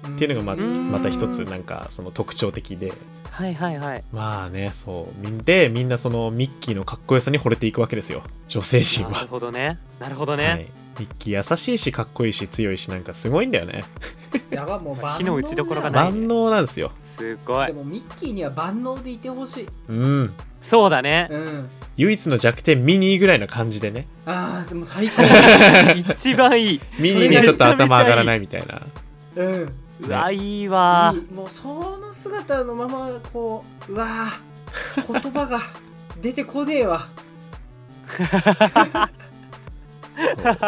っていうのがまうんまた一つなんかその特徴的で、 はいはいはい。 まあね、そうみんでみんなそのミッキーのかっこよさに惚れていくわけですよ、女性陣は。 なるほどね。なるほどね。 はい、ミッキー優しいしかっこいいし強いしなんかすごいんだよね。 やばもう万能火の打ちどころがないね万能なんですよ。 すごい。 でもミッキーには万能でいてほしい。 うんそうだね。 うん唯一の弱点ミニーぐらいの感じでね、 ああでも最高一番いい。 ミニーにちょっと頭上がらないみたいな。 うんうわ、いいわいいもうその姿のままこううわー言葉が出てこねえわそう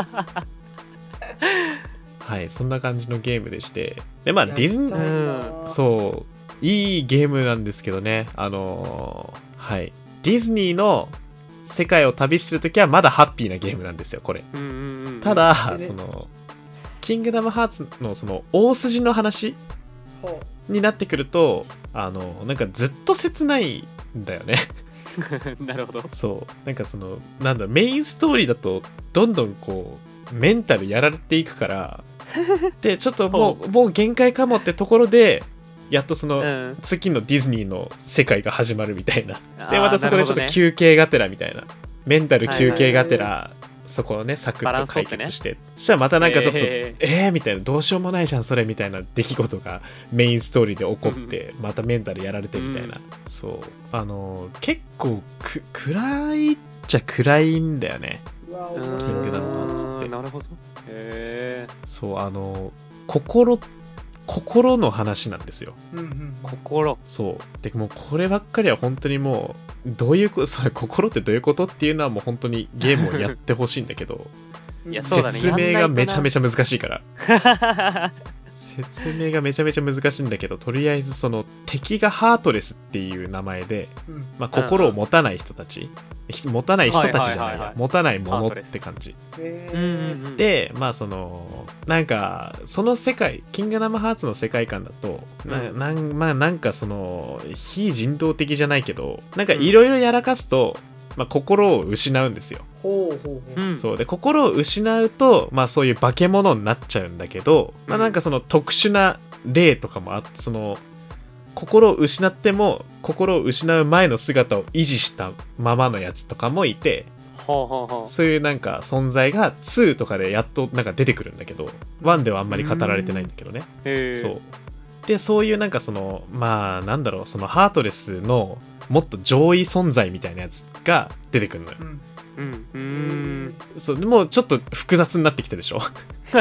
はい、そんな感じのゲームでして、でまあディズニー、 うそういいゲームなんですけどね、あのーはいディズニーの世界を旅してるときはまだハッピーなゲームなんですよこれ。 うんうんうん。 ただ、 でねそのキングダムハーツのその大筋の話ほになってくると、あのなんかずっと切ないんだよね。 なるほど。 そうなんかそのなんだメインストーリーだとどんどんこうメンタルやられていくからでちょっともうもう限界かもってところでやっとその、 うん。 次のディズニーの世界が始まるみたいな。 あーでまたそこでちょっとなるほどね休憩がてらみたいな、メンタル休憩がてら、 はそこをねサクバラッとンス取ってね解決して、そしたらまたなんかちょっとええー、みたいな、どうしようもないじゃんそれみたいな出来事がメインストーリーで起こってまたメンタルやられてみたいな、 うんそうあの結構く暗いっちゃ暗いんだよね。 ううわうーん面キングダムハーツってなるほど。へえ。 そうあの心心の話なんですよ。 うんうん心。 そうでもうこればっかりは本当にもうどういうこそれ心ってどういうことっていうのはもう本当にゲームをやってほしいんだけどうんいやそうだね説明がめちゃめちちゃ難しいから説明がめちゃめちゃ難しいんだけど、とりあえずその敵がハートレスっていう名前で、 うんまあ、心を持たない人たち、ひ持たない人たちじゃないや、 はいはいはいはい持たないものっハートレスて感じへうんうんーうん。 で、まあそのなんかその世界キングダムハーツの世界観だと、なうんなんまあなんかその非人道的じゃないけど、なんかいろいろやらかすと、まあ、心を失うんですよ。 ほうほうほううん。 そうで心を失うと、まあ、そういう化け物になっちゃうんだけど、まあ、なんかその特殊な例とかもあって、その心を失っても心を失う前の姿を維持したままのやつとかもいて、 ほうほうほう。 そういうなんか存在がにとかでやっとなんか出てくるんだけど、いちではあんまり語られてないんだけどね。 へーそうでそういうなんかそのまあなんだろう、そのハートレスのもっと上位存在みたいなやつが出てくるのよ。 うんうん。うーん。 そうでもうちょっと複雑になってきてるでしょ。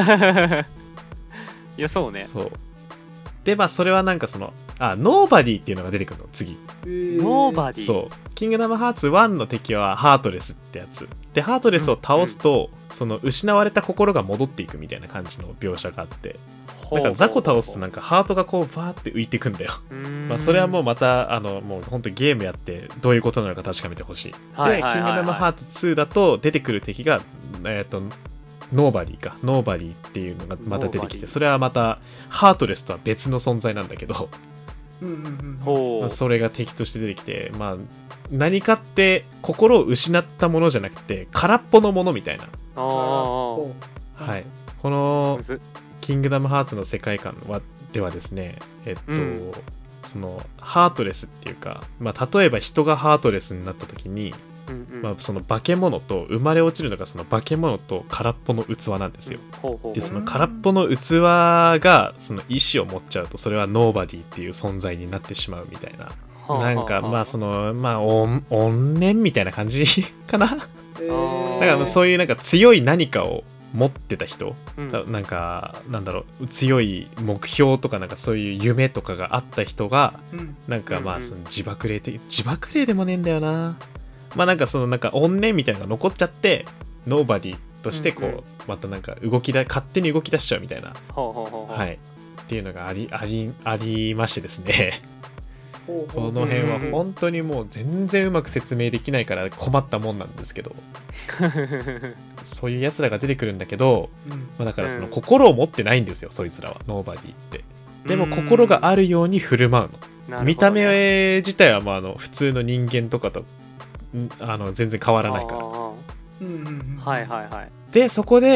いや、そうね。 そうでまあそれはなんかそのあノーバディっていうのが出てくるの次。 ノーバディ。 そうキングダムハーツワンの敵はハートレスってやつで、ハートレスを倒すと、その失われた心が戻っていくみたいな感じの描写があって、なんか雑魚倒すとなんかハートがこうバーって浮いてくんだよ。まあそれはもうまたあのもう本当ゲームやってどういうことなのか確かめてほしい。で、 はいはいはいはいキングダムハーツツーだと出てくる敵がえっ、とノーバディかノーバディっていうのがまた出てきて、 ノーバディそれはまたハートレスとは別の存在なんだけど、 うんうんうんほう。 まあそれが敵として出てきて、まあ何かって心を失ったものじゃなくて空っぽのものみたいな、 あほうはい、こあ。 のむず。 キングダムハーツの世界観はではですね、えっと、 うんそのハートレスっていうか、まあ、例えば人がハートレスになった時に、 うんうん。 まあ、その化け物と生まれ落ちるのがその化け物と空っぽの器なんですよ。 ほうほうほう。 でその空っぽの器がその意志を持っちゃうと、それはノーバディっていう存在になってしまうみたいな、 はあなんかはあはあまあそのまあ怨怨念みたいな感じかな。 へーだからそういうなんか強い何かを持ってた人、 うんたなんかなんだろう、強い目標とかなんかそういう夢とかがあった人がうんなんかまうんうんあその自爆霊的自爆霊でもねえんだよな。まあなんかそのなんか怨念みたいなのが残っちゃってノーバディとしてこう、 うんうんまたなんか動きだ勝手に動き出しちゃうみたいな、 ほうほうほうほう。 はいっていうのがありありありましてですね。 ほうほうこの辺はうんうん本当にもう全然うまく説明できないから困ったもんなんですけど、そういうやつらが出てくるんだけど、 うんまあ、だからそのうん心を持ってないんですよ、そいつらはノーバディって。でも心があるように振る舞うの、 なるほどね見た目自体はまああの普通の人間とかとんあの全然変わらないから。 あーうんうんうんはいはいはい。 でそこで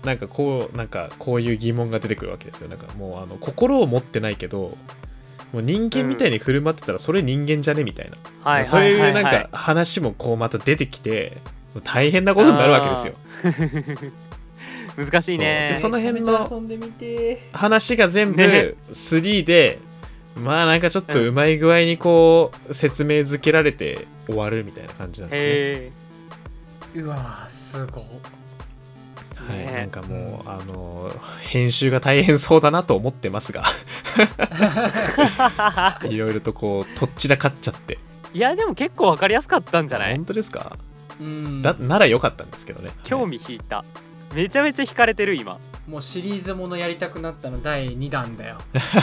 なんかこうなんかこういう疑問が出てくるわけですよ。なんかもうあの心を持ってないけどもう人間みたいに振る舞ってたらそれ人間じゃねみたいな、 はいそういうなんはいはいはいか話もこうまた出てきてもう大変なことになるわけですよ。 難しいね。 そうでその辺のめちゃめちゃ遊んでみて話が全ね部スリーで、まあなんかちょっとうまい具合にこう説明づけられて終わるみたいな感じなんですね。 へうわーすごいはい、 ねなんかもうあの編集が大変そうだなと思ってますがえ。 いろいろとこうとっちらかっちゃっていやでも結構わかりやすかったんじゃない？ 本当ですか？ うんだなら良かったんですけどね。 興味引いた。めちゃめちゃ惹かれてる今。 もうシリーズものやりたくなったのだいにだんだよ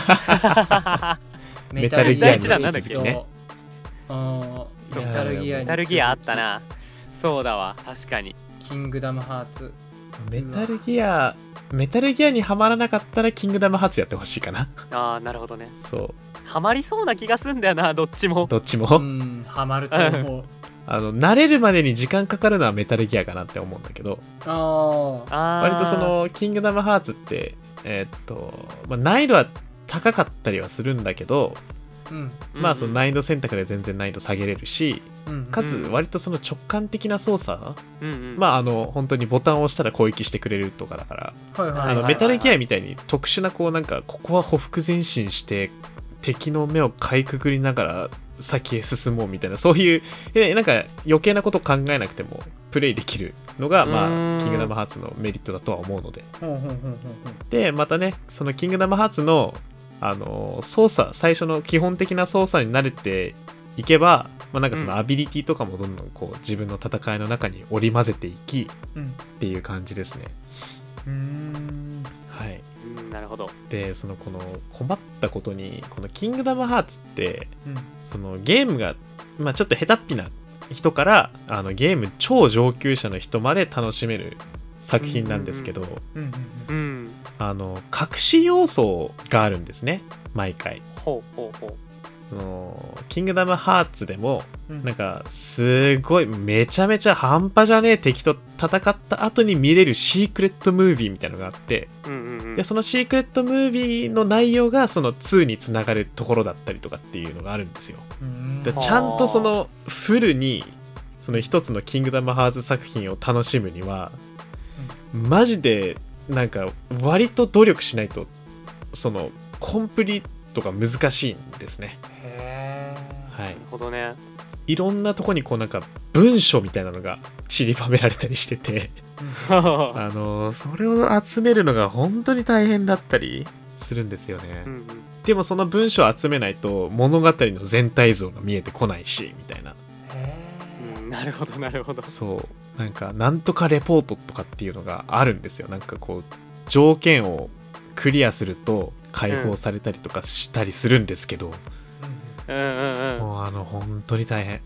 メタルギアの引き続きねうんメタルギアにメタルギアあったな。そうだわ確かに。 キングダムハーツメタルギアメタルギアにはまらなかったらキングダムハーツやってほしいかな。 ああなるほどね。 そうハマりそうな気がすんだよなどっちも。 どっちも、 うんハマると思うあの慣れるまでに時間かかるのはメタルギアかなって思うんだけど、 あーあー割とそのキングダムハーツってえーっと、まあ、難易度は高かったりはするんだけど、 うんまあその難易度選択で全然難易度下げれるし、 うんかつ割とその直感的な操作、 うんうん、 まああの本当にボタンを押したら攻撃してくれるとかだから、 はいはいはいあのメタルギアみたいに特殊なこうなんかここはほふく前進して敵の目をかいくぐりながら先へ進もうみたいな、そういうえなんか余計なこと考えなくてもプレイできるのが、まうーんあ、キングダムハーツのメリットだとは思うので、 ほんほんほんほんほんでまたねそのキングダムハーツのあの操作最初の基本的な操作に慣れていけば、まあ、なんかそのアビリティとかもどんどんこう自分の戦いの中に織り交ぜていきうんっていう感じですね。 うーんはい。 うん、なるほど。 でそのこの困ったことにこのキングダムハーツってうんそのゲームが、まあ、ちょっと下手っぴな人からあのゲーム超上級者の人まで楽しめる作品なんですけど、 うんうんうん。 あの隠し要素があるんですね毎回。 ほうほうほう。 そのキングダムハーツでもうんなんかすごいめちゃめちゃ半端じゃねえ敵と戦った後に見れるシークレットムービーみたいなのがあって、 うんうんうん。 でそのシークレットムービーの内容がそのににつながるところだったりとかっていうのがあるんですよ。 うんでちゃんとそのフルにその一つのキングダムハーツ作品を楽しむにはマジでなんか割と努力しないとそのコンプリートが難しいんですね。 へはいなるほどね。 いろんなとこにこうなんか文章みたいなのが散りばめられたりしててあのそれを集めるのが本当に大変だったりするんですよね、 うんうんでもその文章を集めないと物語の全体像が見えてこないしみたいな。 えうん、なるほどなるほど。 そうなんかなんとかレポートとかっていうのがあるんですよ。なんかこう条件をクリアすると解放されたりとかしたりするんですけど、 うんうんうん。 もうあの本当に大変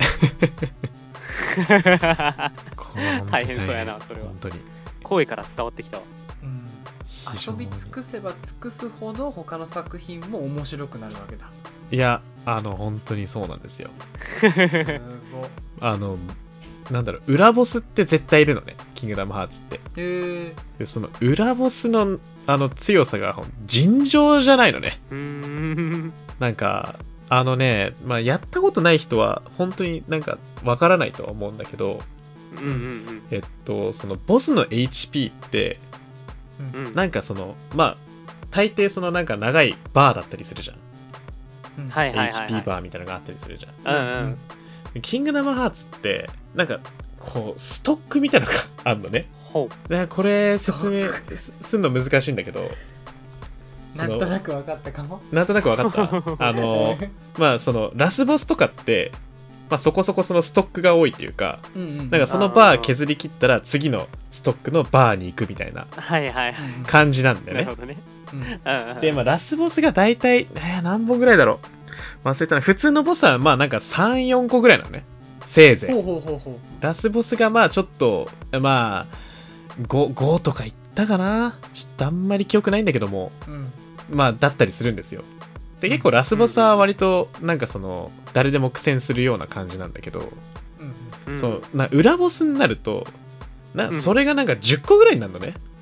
これは本当に大変そうやなそれは本当に声から伝わってきたわ。 うん非常に遊び尽くせば尽くすほど他の作品も面白くなるわけだいやあの本当にそうなんですよ。 すごいあのなんだろう裏ボスって絶対いるのねキングダムハーツって。 へえでその裏ボスのあの強さが尋常じゃないのね。 うーん。 なんかあのね、まあ、やったことない人は本当になんかわからないとは思うんだけど、 うんうんえっとそのボスの エイチピー ってうんうん。 なんかそのまあ大抵そのなんか長いバーだったりするじゃん、 うんはいはいはい、はい。 エイチピー バーみたいなのがあったりするじゃん。 うんうん。 キングダムハーツってなんかこうストックみたいなのがあるのね。 ほでこれスト説明ッすすんの難しいんだけどそのなんとなく分かったかもなんとなく分かったあのまあそのラスボスとかって、まあ、そこそこそのストックが多いっていうかうんうんなんかそのバー削り切ったら次のストックのバーに行くみたいなう。はいはいはい。 感じなんだよねなるほ。どね。 うんうんうん。 で、まあ、ラスボスが大体、えー、何本ぐらいだろう忘れたな。普通のボスはまあなんかさん、よんこぐらいなのねせいぜい。 ほうほうほうほラスボスがまあちょっとまあ ご, ごとかいったかなちょっとあんまり記憶ないんだけどもううんまあだったりするんですよ。で結構ラスボスは割となんかその誰でも苦戦するような感じなんだけど、 うんうんそうな裏ボスになるとなうんそれがなんかじゅっこぐらいになるのね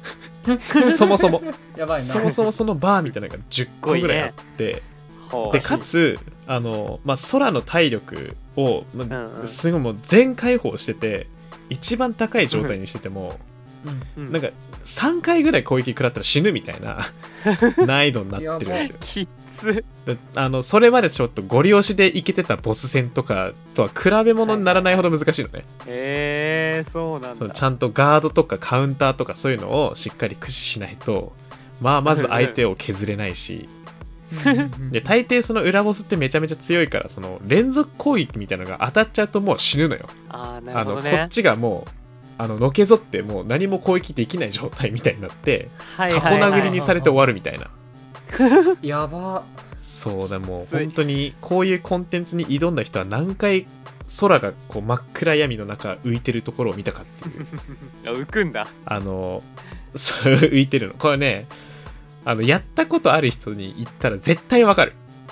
そもそもやばいな。 そもそもそのバーみたいなのがじゅっこぐらいあって、 ほうでかつあの、まあ、空の体力を、まあうんうんすごいもう全開放してて一番高い状態にしてても、 うんなんかさんかいぐらい攻撃食らったら死ぬみたいな難易度になってるんですよ。 きっつであのそれまでちょっとゴリ押しでいけてたボス戦とかとは比べ物にならないほど難しいのね。 えー、そうなんだ。 そうちゃんとガードとかカウンターとかそういうのをしっかり駆使しないと、まあ、まず相手を削れないしで大抵その裏ボスってめちゃめちゃ強いからその連続攻撃みたいなのが当たっちゃうともう死ぬのよ。 あー、なあのこるほどねっ。ちがもうあののけぞってもう何も攻撃できない状態みたいになってはいタコはいはい殴りにされて終わるみたいな。 やば。 そうだ、もうきつい本当にこういうコンテンツに挑んだ人は何回空がこう真っ暗闇の中浮いてるところを見たかっていうあ浮くんだ。 あのそう浮いてるのこれね、あのやったことある人に言ったら絶対わかる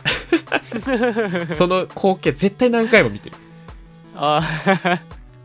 その光景絶対何回も見てる。 あー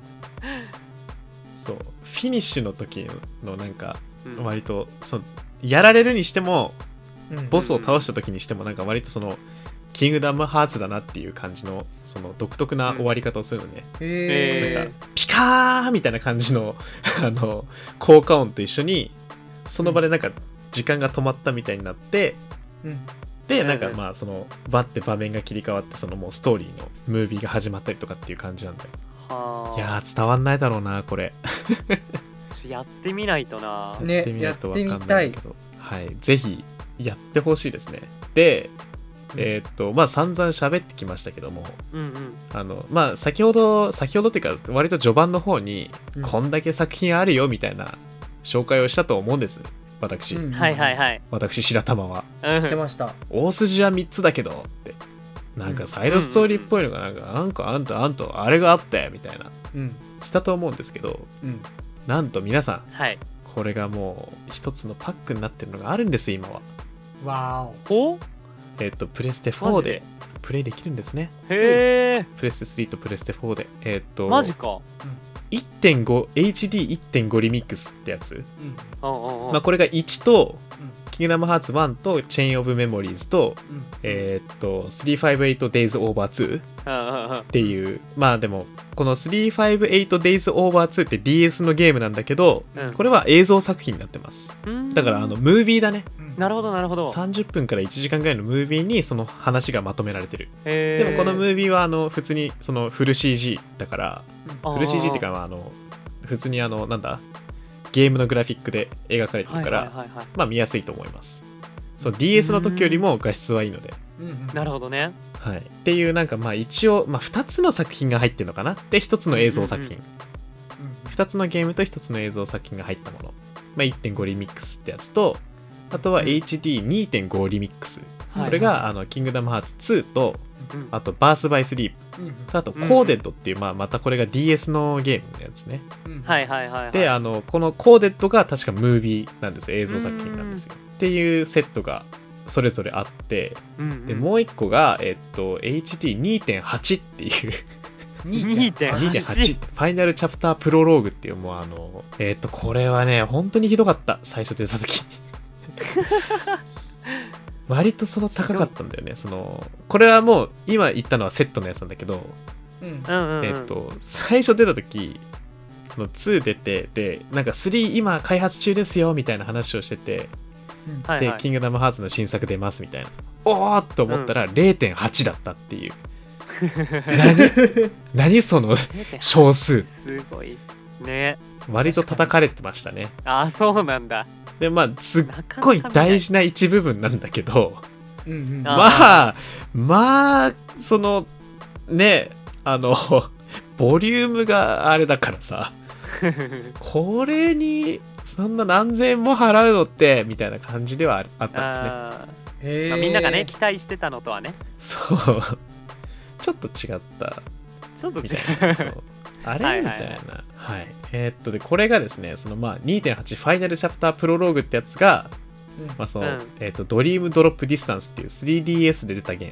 そうフィニッシュの時のなんかうん割とそうやられるにしてもうんボスを倒した時にしてもなんか割とそのキングダムハーツだなっていう感じのその独特な終わり方をするのね、 へなんえかピカーみたいな感じのあの効果音と一緒にその場でなんか時間が止まったみたいになって、 うんでうんなんかまあそのバッて場面が切り替わってそのもうストーリーのムービーが始まったりとかっていう感じなんだよ。 はあ。 いやー伝わんないだろうなこれ。 やってみないとな。 ねやってみないとわかんないけど、はい、ぜひやってほしいですね。でえーっとまあ散々喋ってきましたけども、 うんうん。 あのまあ先ほど先ほどっていうか割と序盤の方に、 うんこんだけ作品あるよみたいな紹介をしたと思うんです私、 うんはいはいはい。 私白玉は。 うんしてました。 大筋はみっつだけどってなんかサイドストーリーっぽいのがなんか、なんかあんたあんたあれがあったよみたいなうんしたと思うんですけど、 うんなんと皆さんはい。 これがもう一つのパックになってるのがあるんです今は。 わほうえっとプレステマジでフォーでプレイできるんですね。 へえ。 プレステスリーとプレステフォーでえっとマジか。 いってんごエイチディーいってんご リミックスってやつ、 お。うんうんうんうん。 まあ、これがいちとうんキングダムハーツワンとチェーンオブメモリーズとうんえーっとスリーファイブエイト Days Over ツーっうんうんうん。 ていう、まあでもこのスリーファイブエイト Days Over ツーって ディーエス のゲームなんだけど、 うんこれは映像作品になってます。 うんだからあのムービーだね。 うんなるほどなるほど。 さんじゅっぷんからいちじかんぐらいのムービーにその話がまとめられてる。 へーでもこのムービーはあの普通にそのフル シージー だからあーフル シージー っていうかまああの普通にあのなんだゲームのグラフィックで描かれてるから、 はいはいはいはい。 まあ見やすいと思います。そう ディーエス の時よりも画質はいいので、 うんなるほどね。 はい、っていうなんかまあ一応、まあ、ふたつの作品が入ってるのかなでひとつの映像作品、 うんうんふたつのゲームとひとつの映像作品が入ったもの、まあ、いってんご リミックスってやつとあとは エイチディーにてんご リミックス、 はいこれがあのキングダムハーツツーとうんあとバースバイスリープうんとあとコーデッドっていう、まあ、またこれが ディーエス のゲームのやつね。 うんはいはいはいはい。 であのこのコーデッドが確かムービーなんですよ映像作品なんですよっていうセットがそれぞれあってうんうんでもう一個が、えっと、エイチディーにてんはち っていうにてんはちにてんはちファイナルチャプタープロローグっていうもうあのえっとこれはね本当にひどかった最初出た時割とその高かったんだよねそのこれはもう今言ったのはセットのやつなんだけど、 うんうんうんうん。 えっと最初出た時そのツー出てでなんかスリー今開発中ですよみたいな話をしててはいはい。 でキングダムハーツの新作出ますみたいなおーっと思ったら れいてんはち だったっていう、何何その少数すごい。ね。 割と叩かれてましたね。 あ、そうなんだ。 でまあすっなかなかごい大事な一部分なんだけどうんうんあまあまあそのねあのボリュームがあれだからさこれにそんな何千円も払うのってみたいな感じではああったんですね。 あへーーまあみんながね期待してたのとはねそうちょっと違ったちょっと違みたいな。そうあれ、 はいはいはいみたいな。はい。えーっと、で、これがですね、そのまあ にてんはち ファイナルチャプタープロローグってやつが、 うんまあその、 うんえーっと、ドリームドロップディスタンスっていう スリーディーエス で出たゲーム。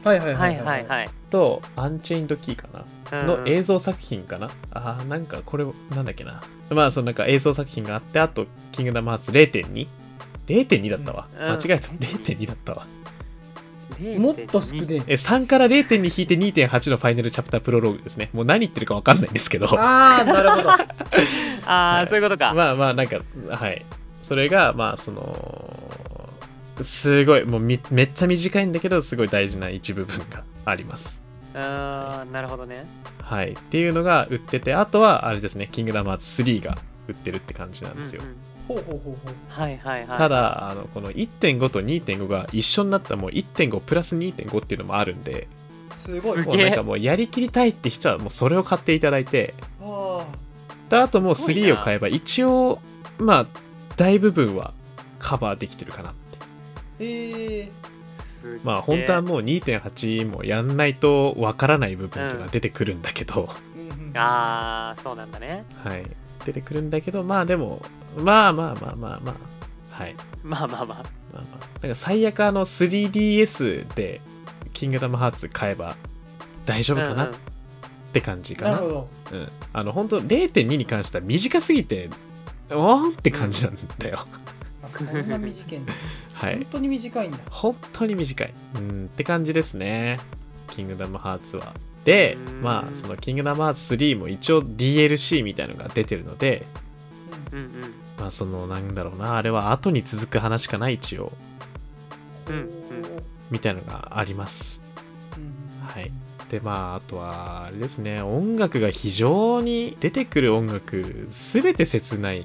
はいはいははいいははいいはいとアンチェインドキーかなうんの映像作品かな、あーなんかこれなんだっけな、まあそのなんか映像作品があって、あとキングダムハーツ れいてんに れいてんに だったわ、 うん間違えた れいてんに だったわ。 もっと少ねえ。 えさんから れいてんに 引いて にてんはち のファイナルチャプタープロローグですね。もう何言ってるか分かんないんですけど、 ああなるほど。 ああ、 はいそういうことか、 まあまあなんかはいそれがまあそのすごいもうみめっちゃ短いんだけどすごい大事な一部分があります。 あーなるほどね。 はいっていうのが売ってて、あとはあれですね、キングダムハーツスリーが売ってるって感じなんですよ。 うんうんほうほうほうほう。 はいはいはい。 ただあのこの いってんご と にてんご が一緒になったらもう いってんご プラス にてんご っていうのもあるんで、 すごい。 すげえもうなんかもうやりきりたいって人はもうそれを買っていただいて、 あであともうスリーすごいなを買えば一応まあ大部分はカバーできてるかなって。 ーえすっげえまあ本当はもう にてんはち もやんないとわからない部分とか出てくるんだけど、 ーうんうんああそうなんだね。 はい出てくるんだけど、まあでもまあまあまあまあまあはいまあまあまあ。 まあまあだから最悪あの スリーディーエス でキングダムハーツ買えば大丈夫かなっうんうんて感じかな。 なるほど。 うん、あの本当 れいてんに に関しては短すぎておーんって感じなんだよ、 あそんな短いんだ。 はい本当に短いんだ。 本当に短い、うん、って感じですねキングダムハーツは。でうんまあそのキングダムハーツスリーも一応 ディーエルシー みたいのが出てるので、 うんうんうんまあそのなんだろうな、あれは後に続く話かな一応うんうんみたいのがあります。 うんはいでまああとはあれですね、音楽が非常に出てくる音楽すべて切ない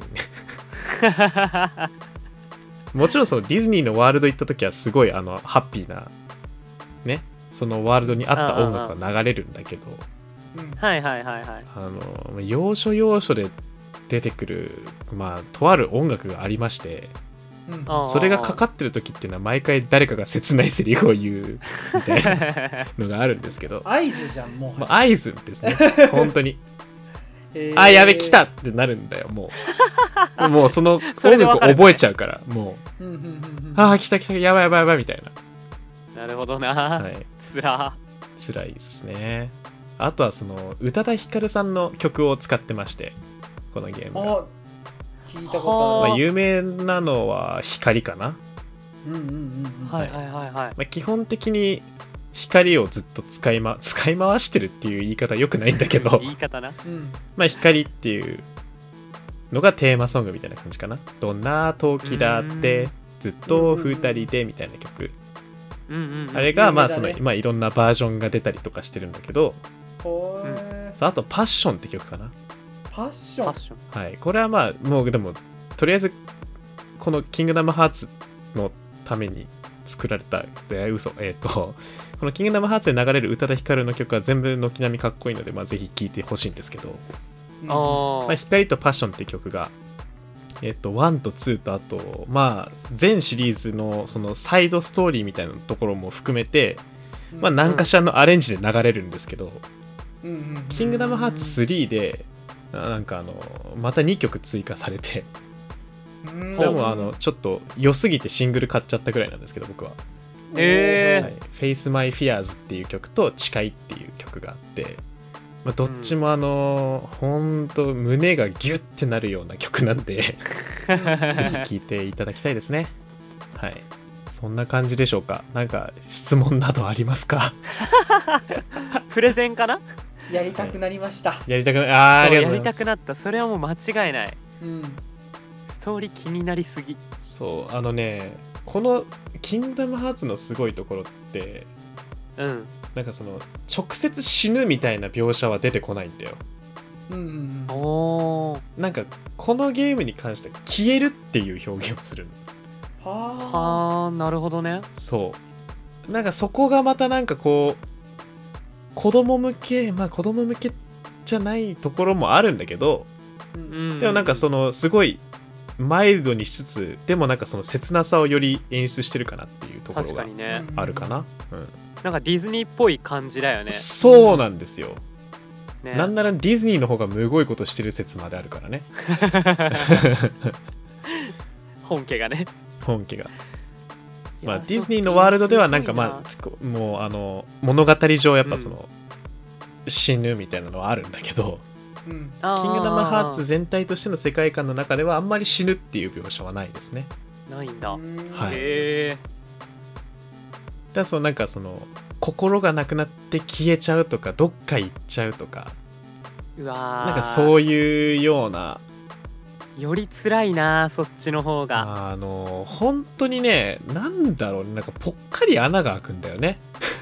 もちろんそのディズニーのワールド行った時はすごいあのハッピーなねそのワールドに合った音楽が流れるんだけど、 うんはいはいはいはい。 あの要所要所で出てくるまあとある音楽がありまして、 うんあそれがかかってる時っていうのは毎回誰かが切ないセリフを言うみたいなのがあるんですけど合図じゃんもう。 まあ、合図ですね本当にえーあやべ来たってなるんだよもうもうそのそれ音楽でわかる覚えちゃうからもうんうんうんうんうあー来た来たやばいやばいやばいみたいなるほどな。 な、はい、 つら。 辛いですね。あとはその宇多田ヒカルさんの曲を使ってまして、このゲームが、 あ聞いたことある。 まあ、有名なのは光かな、 うんうんうんうん。 はいはいはいはい。 まあ、基本的に光をずっと使い,、ま、使い回してるっていう言い方よくないんだけど言い方な。 うんまあ光っていうのがテーマソングみたいな感じかな。どんな時だってずっと二人でみたいな曲、 うんうんうん。 あれがまあその、 有名だねまあ、いろんなバージョンが出たりとかしてるんだけど、 ほーそうあとパッションって曲かな。 パッションファッション。 はい、これはまあもうでもとりあえずこの「キングダムハーツ」のために作られたで嘘えっ、とこの「キングダムハーツ」で流れる宇多田ヒカルの曲は全部軒並みかっこいいので、まあ、ぜひ聴いてほしいんですけど、 うんあまあ、光とパッションっていう曲がえっ、とワンとツーとあとまあ全シリーズのそのサイドストーリーみたいなところも含めて、まあ、何かしらのアレンジで流れるんですけど、 うんうんうんキングダムハーツスリーでなんかあのまたにきょく追加されて、 うんそれはもうあのちょっと良すぎてシングル買っちゃったぐらいなんですけど僕は、 へーはい、Face My Fears っていう曲と誓いっていう曲があって、まあ、どっちもあのほんと胸がギュッてなるような曲なんでぜひ聴いていただきたいですね。はいそんな感じでしょうか。なんか質問などありますか？ プレゼンかな。 やりたくなりました。 やりたくないあーあそうりがとうございます。 やりたくなった。それはもう間違いない。 うんストーリー気になりすぎ。 そうあのねこの「キングダムハーツ」のすごいところってうん。 なんかその直接死ぬみたいな描写は出てこないんだよ。 うんうんうんおお。 なんかこのゲームに関しては消えるっていう表現をするの。 はあーなるほどね。 そうなんかそこがまたなんかこう子供向けまあ子供向けじゃないところもあるんだけど、 あ、ううんん。 でもなんかそのすごいマイルドにしつつでもなんかその切なさをより演出してるかなっていうところが確かにね。 あるかな、うんなんかディズニーっぽい感じだよね。 そうなんですよ、 ねなんならディズニーの方がむごいことしてる説まであるからね本家がね。 本家がまあ、 いやディズニーのワールドではなんかすごいまあもうあの物語上やっぱその、うん、死ぬみたいなのはあるんだけど、 うん、 キングダムハーツ全体としての世界観の中ではあんまり死ぬっていう描写はないですね。 ないんだ。 はい。 へー。 だからそのなんかその心がなくなって消えちゃうとかどっか行っちゃうとか、 うわなんかそういうような、 より辛いなそっちの方が。 あの本当にね、なんだろうね、なんかぽっかり穴が開くんだよね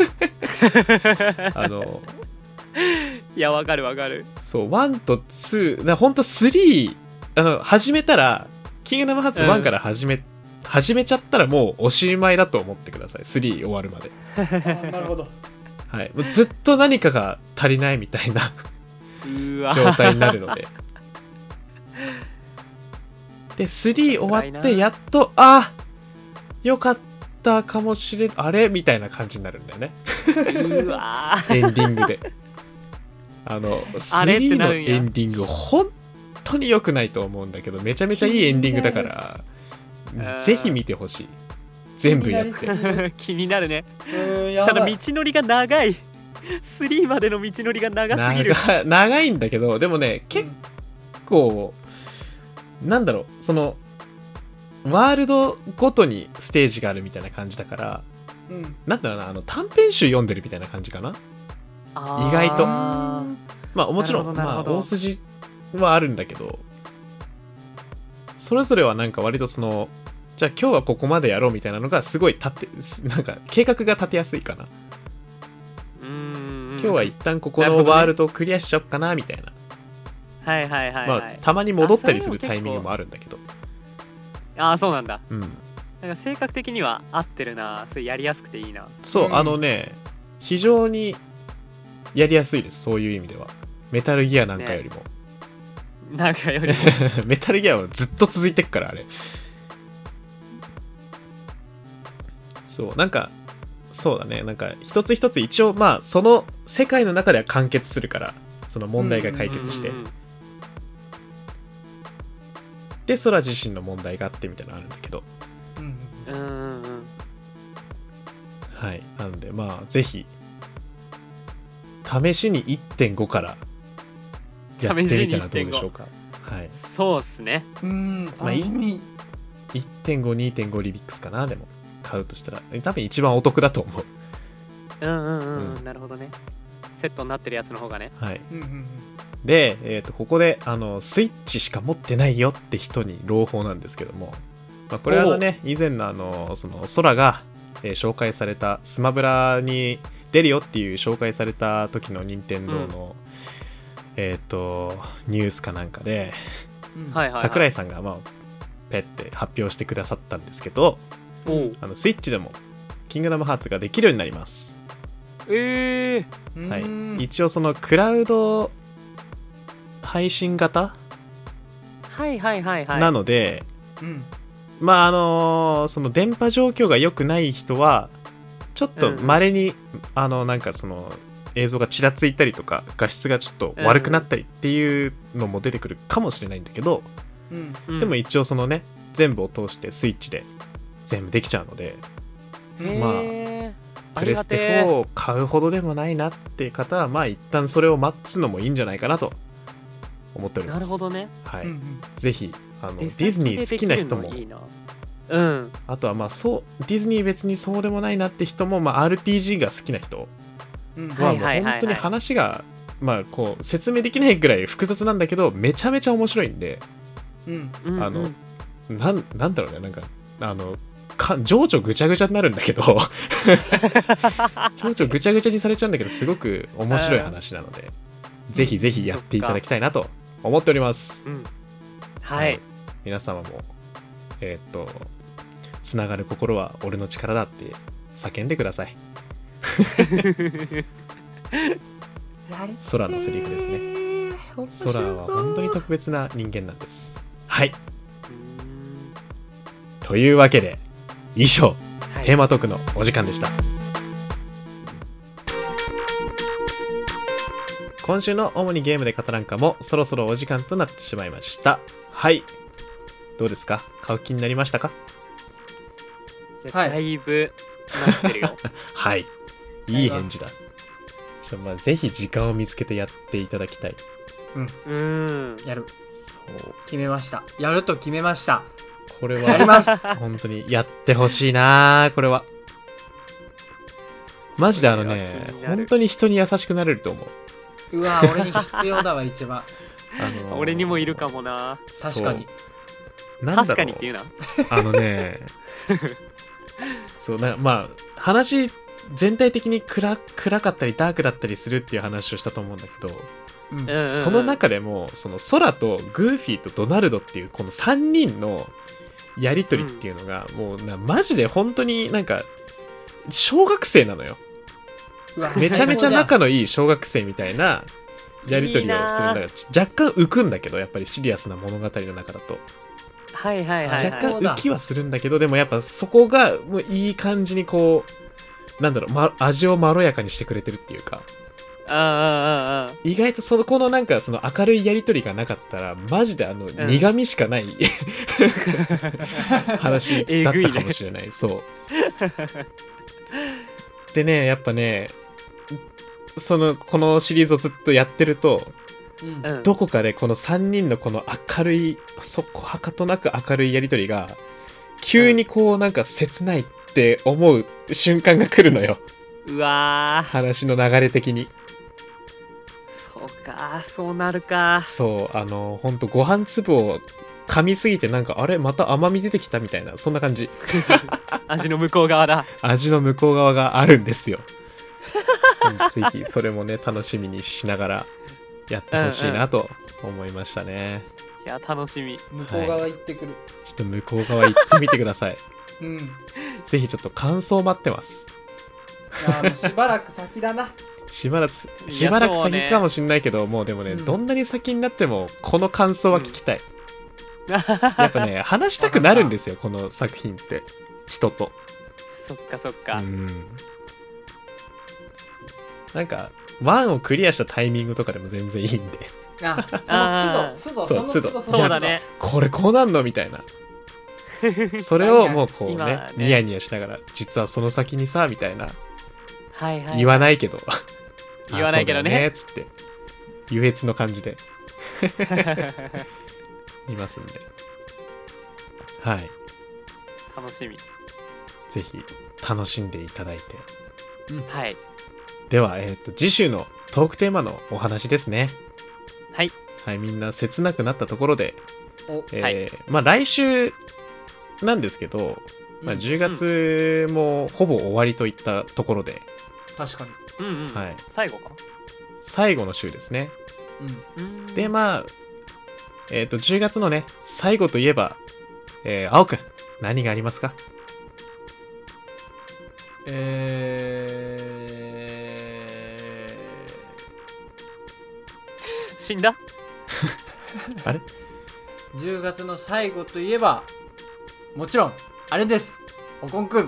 あのいやわかるわかる。 そうワンとツーだ、ほんとスリーあの始めたらキングダムハーツワンから始め、うん、始めちゃったらもうおしまいだと思ってください。スリー終わるまであなるほど、 はい、もうずっと何かが足りないみたいなうわ状態になるのででスリー終わってやっとあよかったかもしれんあれみたいな感じになるんだよねうわエンディングであのスリーのエンディング本当に良くないと思うんだけど、めちゃめちゃいいエンディングだからぜひ見てほしい。全部やって気になるね。 うんやばい。 ただ道のりが長いスリーまでの道のりが長すぎる。 長, 長いんだけどでもね結構、うん、なんだろう、そのワールドごとにステージがあるみたいな感じだから、うん、なんだろうな、あの短編集読んでるみたいな感じかな。意外とまあもちろん、まあ、大筋はあるんだけど、それぞれはなんか割とそのじゃあ今日はここまでやろうみたいなのがすごい立てなんか計画が立てやすいかな。 うーん、 今日は一旦ここのワールドをクリアしちゃおうかなみたいな。 はいはいはい、はい、 まあたまに戻ったりするタイミングもあるんだけど。 ああそうなんだ。 うん。 なんか性格的には合ってるな。それやりやすくていいな。 そう、 うん、 あのね非常にやりやすいです。そういう意味ではメタルギアなんかよりも、 ね、なんかよりもメタルギアはずっと続いてっからあれ。そうなんかそうだね、なんか一つ一つ一応まあその世界の中では完結するから、その問題が解決して、 うんうんうんうん、 で空自身の問題があってみたいなのあるんだけど、 うんうんうん、 はい、なのでまあぜひ試しに いってんご からやってみたらどうでしょうか。はい、 そうっすね。 うん、 まあ、いってんご、にてんご リビックスかな。でも買うとしたら多分一番お得だと思う。 うんうんうん、 うん、 なるほどね。セットになってるやつの方がね。 はい。 うんうんうん、 で、えー、とここであのスイッチしか持ってないよって人に朗報なんですけども、まあ、これはあのね以前のあのその空が、えー、紹介されたスマブラに出るよっていう紹介された時の任天堂の、うん、えっ、ー、とニュースかなんかで、 うん、 桜井さんがまあペッて発表してくださったんですけど、あのスイッチでもキングダムハーツができるようになります。 えーはい、一応そのクラウド配信型はいはいはいはいなので、 うん、 まああのその電波状況が良くない人はちょっと稀に、うん、あのなんかその映像がちらついたりとか画質がちょっと悪くなったりっていうのも出てくるかもしれないんだけど、うん、でも一応そのね全部を通してスイッチで全部できちゃうので、まあプレステフォーを買うほどでもないなっていう方はまあ一旦それを待つのもいいんじゃないかなと思っております。 なるほどね。 はい、うんうん、ぜひあのディズニー好きな人もいいな、うん、 あとはまあそうディズニー別にそうでもないなって人も、まあ、アールピージー が好きな人はもう本当に話がまあこう説明できないぐらい複雑なんだけどめちゃめちゃ面白いんで、うん、あの、うんうん、なん、なんだろうね、なんかあのか情緒ぐちゃぐちゃになるんだけど情緒ぐちゃぐちゃにされちゃうんだけどすごく面白い話なのでぜひぜひやっていただきたいなと思っております、 うん、はい、はい、 皆様もえー、っとつながる心は俺の力だって叫んでください空のセリフですね。空は本当に特別な人間なんです。はい、というわけで以上、はい、テーマトークのお時間でした。今週の主にゲームで語らんかもそろそろお時間となってしまいました。はい、どうですか、買う気になりましたか？ はいだいぶなってるよはいいい返事だ。ちょまあぜひ時間を見つけてやっていただきたい。 うんうんやるそう決めました。やると決めました。 これやりはます本当にやってほしいなこれは。マジであのこれはね気になる本当に人に優しくなれると思う。 うわ俺に必要だわ一番。 あのー俺にもいるかもな。 確かにそうなんだろう確かにっていうな。 あのねそうなまあ話全体的に 暗, 暗かったりダークだったりするっていう話をしたと思うんだけど、 うんうんうんうんその中でもそのソラとグーフィーとドナルドっていうこのさんにんのやり取りっていうのが、もうなマジで本当になんか小学生なのよ。 うわめちゃめちゃ最高仲のいい小学生みたいなやり取りをするんだから若干浮くんだけど、やっぱりシリアスな物語の中だとはいはいはい、はい、 若干浮きはするんだけど、でもやっぱそこがもういい感じにこうなんだろう、ま、味をまろやかにしてくれてるっていうか、 あああああ意外とそこのなんかその明るいやり取りがなかったらマジであのん苦味しかない、話だったかもしれない、そうでねやっぱねそのこのシリーズをずっとやってるとうんあ、うん、 どこかでこのさんにんのこの明るいそこはかとなく明るいやり取りが急にこうなんか切ないって思う瞬間が来るのよ、 うわ話の流れ的に。 ーそうかそうなるか。 そうあのほんとご飯粒を噛みすぎてなんかあれまた甘み出てきたみたいなそんな感じ。 味の向こう側だ。 味の向こう側があるんですよ。ぜひそれもね楽しみにしながらやってほしいなと思いましたね。 いや楽しみ。 向こう側行ってくる、 ちょっと向こう側行ってみてください。 うんいぜひちょっと感想待ってます。 やもうしばらく先だな。 しばらくいやしばらくそうね先かもしんないけど、もうでもね、 うんどんなに先になってもこの感想は聞きたい。やっぱね話したくなるんですよこの作品って人と。 そっかそっか、 うんなんかワンをクリアしたタイミングとかでも全然いいんで、 ああーその都度そう都度都度そうだね。 これこうなんのみたいな。それをもうこう今ねねニヤニヤしながら実はその先にさみたいな、 はいはい、 言わないけど言わないけどねあそうだよっつって優越の感じでいますんで、はい楽しみ。 ぜひ楽しんでいただいて、 はいでは、えー、と次週のトークテーマのお話ですね。 はいはいみんな切なくなったところで、 おえーはいまあ来週なんですけど、まあ、 うんじゅうがつもほぼ終わりといったところで、 確かにうんうん、 はい最後か。 最後の週ですね。 うんうんでまあえっ、とじゅうがつのね最後といえば、えー、青くん何がありますか？ え死んだ。 あれー、じゅうがつの最後といえばもちろんあれです。おこんくん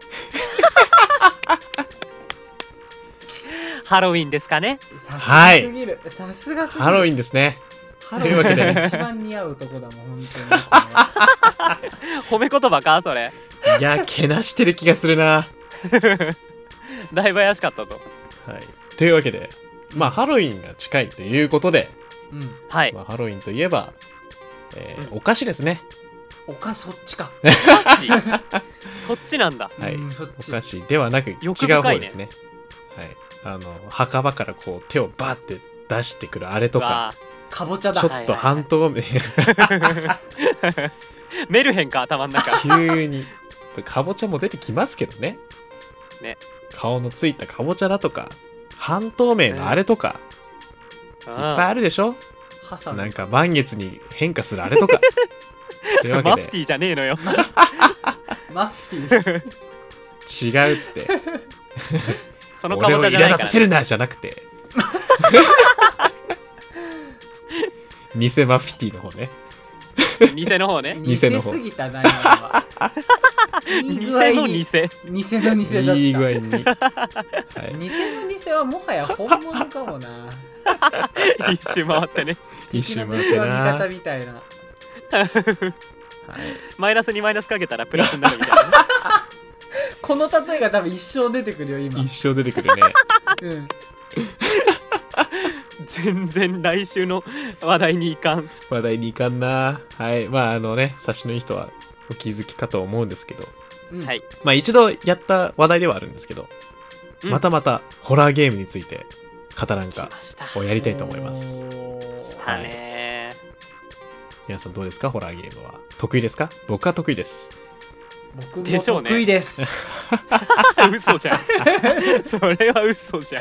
ハロウィンですかね。 さすはいがすぎる、さすがすぎる。 ハロウィンですね。 ハロウィンというわけで一番似合う男だもん本当に。 褒め言葉かそれ。 いやけなしてる気がするな。 だいぶ怪しかったぞ。 はいというわけでまあハロウィンが近いということで、 うんはい。 まあ、ハロウィンといえば、えーうんお菓子ですね。 おかそっちか。 お菓子そっちなんだ。 はいうんそっちお菓子ではなく違う欲深いね方ですね。はいあの墓場からこう手をバーって出してくるあれとか、 わかぼちゃだちょっと半透明ーメルヘンか頭ん中。 急にかぼちゃも出てきますけどね。 ね顔のついたかぼちゃだとか半透明のあれとか、いっぱいああるでしょ。 ハサミなんか満月に変化するあれとかというわけでマフティーじゃねえのよ。 マフティー違うってそのか俺を苛ぼちゃじゃないから、ね。 立たせるなじゃなくて偽マフィティの方ね。 偽の方ね。 偽偽の方すぎたな今のはいい偽具合のに偽。 偽の偽だった。 いい具合に、はい、 偽の偽はもはや本物かもな。 一周回ってね。 一周敵の回ってな、 敵は味方はい、 みたいな。 マイナスにマイナスかけたらプラスになるみたいなね。 この例えが多分一生出てくるよ今。 一生出てくるね。 うん。 全然来週の話題にいかん。 話題にいかんな。はい。まああのね、察しのいい人はお気づきかと思うんですけど、 うん、 はい。 まあ一度やった話題ではあるんですけど、 うんまたまたホラーゲームについて語らんか来ました。 をやりたいと思います。 来たね皆さんどうですか？ホラーゲームは得意ですか？僕は得意です。 僕もでしょうね得意です。 ー。嘘じゃん。それは嘘じゃん。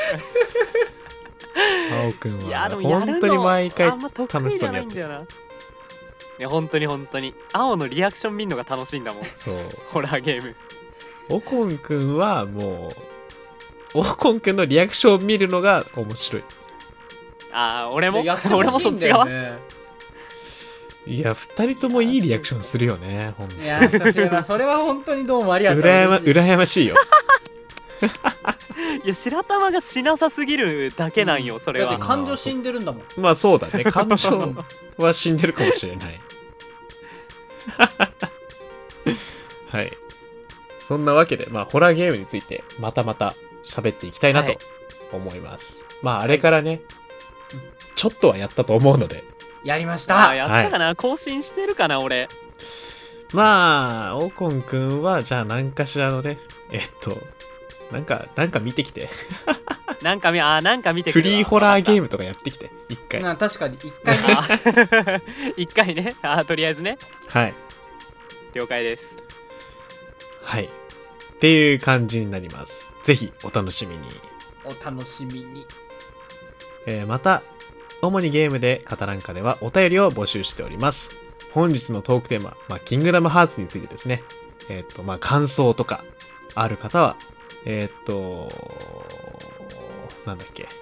青くんいやはでもやるの本当に毎回あんま得楽意じゃしそうにやってる。 ないんだよな。いや本当に本当に青のリアクション見るのが楽しいんだもん。 そう。 ホラーゲーム。 オコンくんはもう、オコンくんのリアクションを見るのが面白い。 ああ俺もやってほ俺もしいんそっち側。 だよね。 いや、二人ともいいリアクションするよね。ほんといやそれはそれは本当にどうもありがとう。 うらやま、 嬉しい羨ましいよ。 いや白玉がしなさすぎるだけなんよ、それはだって。感情死んでるんだもん。 まあそうだね。感情は死んでるかもしれない。はい。そんなわけで、まあ、ホラーゲームについてまたまた喋っていきたいなとはい思います。まあ、あれからね、ちょっとはやったと思うので、 やりましあーた。 やったかな、更新してるかな俺。 まあ、オコンくんは、じゃあ何かしらのね、えっと、なんか、なんか見てきて。 なんかみあーなんか見てくフるわリーホラーゲームムとかやってきて、一回。 な確かに一回ね。 一回ね。あーとりあえずね。 はい。 了解です。 はい。っていう感じになります。ぜひお楽しみに。 お楽しみに。 えーまた、主にゲームで語らんかではお便りを募集しております。本日のトークテーマ、まあ、キングダムハーツについてですね。えーっと、まあ、感想とかある方は、えーっと、なんだっけ。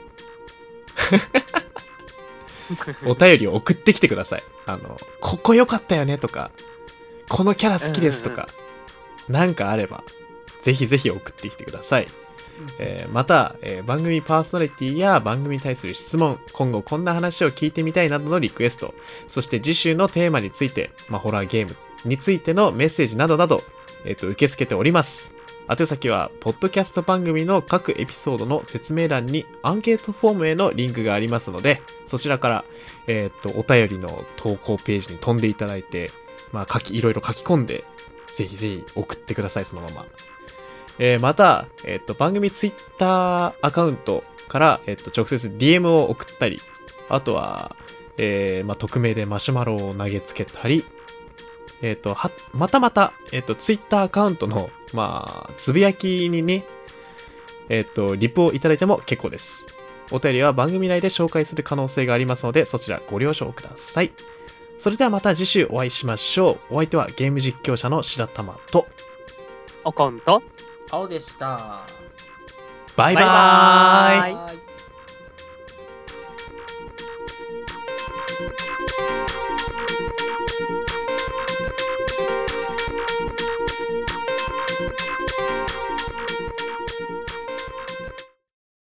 お便りを送ってきてください。あの、ここ良かったよねとか、このキャラ好きですとか、なんかあれば、ぜひぜひ送ってきてください。えーまた、えー番組パーソナリティや番組に対する質問、今後こんな話を聞いてみたいなどのリクエスト、そして次週のテーマについて、まあ、ホラーゲームについてのメッセージなどなど、えーと受け付けております。宛先は、ポッドキャスト番組の各エピソードの説明欄にアンケートフォームへのリンクがありますので、そちらから、えーとお便りの投稿ページに飛んでいただいて、まあ、書き、いろいろ書き込んで、ぜひぜひ送ってください、そのまま。えーまた、えっと、番組ツイッターアカウントから、えっと、直接 ディーエム を送ったり、あとは、えーまあ、匿名でマシュマロを投げつけたり、えっと、は、またまた、えっと、ツイッターアカウントの、まあ、つぶやきにね、えっと、リプをいただいても結構です。お便りは番組内で紹介する可能性がありますので、そちらご了承ください。それではまた次週お会いしましょう。お相手はゲーム実況者の白玉と、 おコンと青でした。 バイバーイ。 バイバーイはい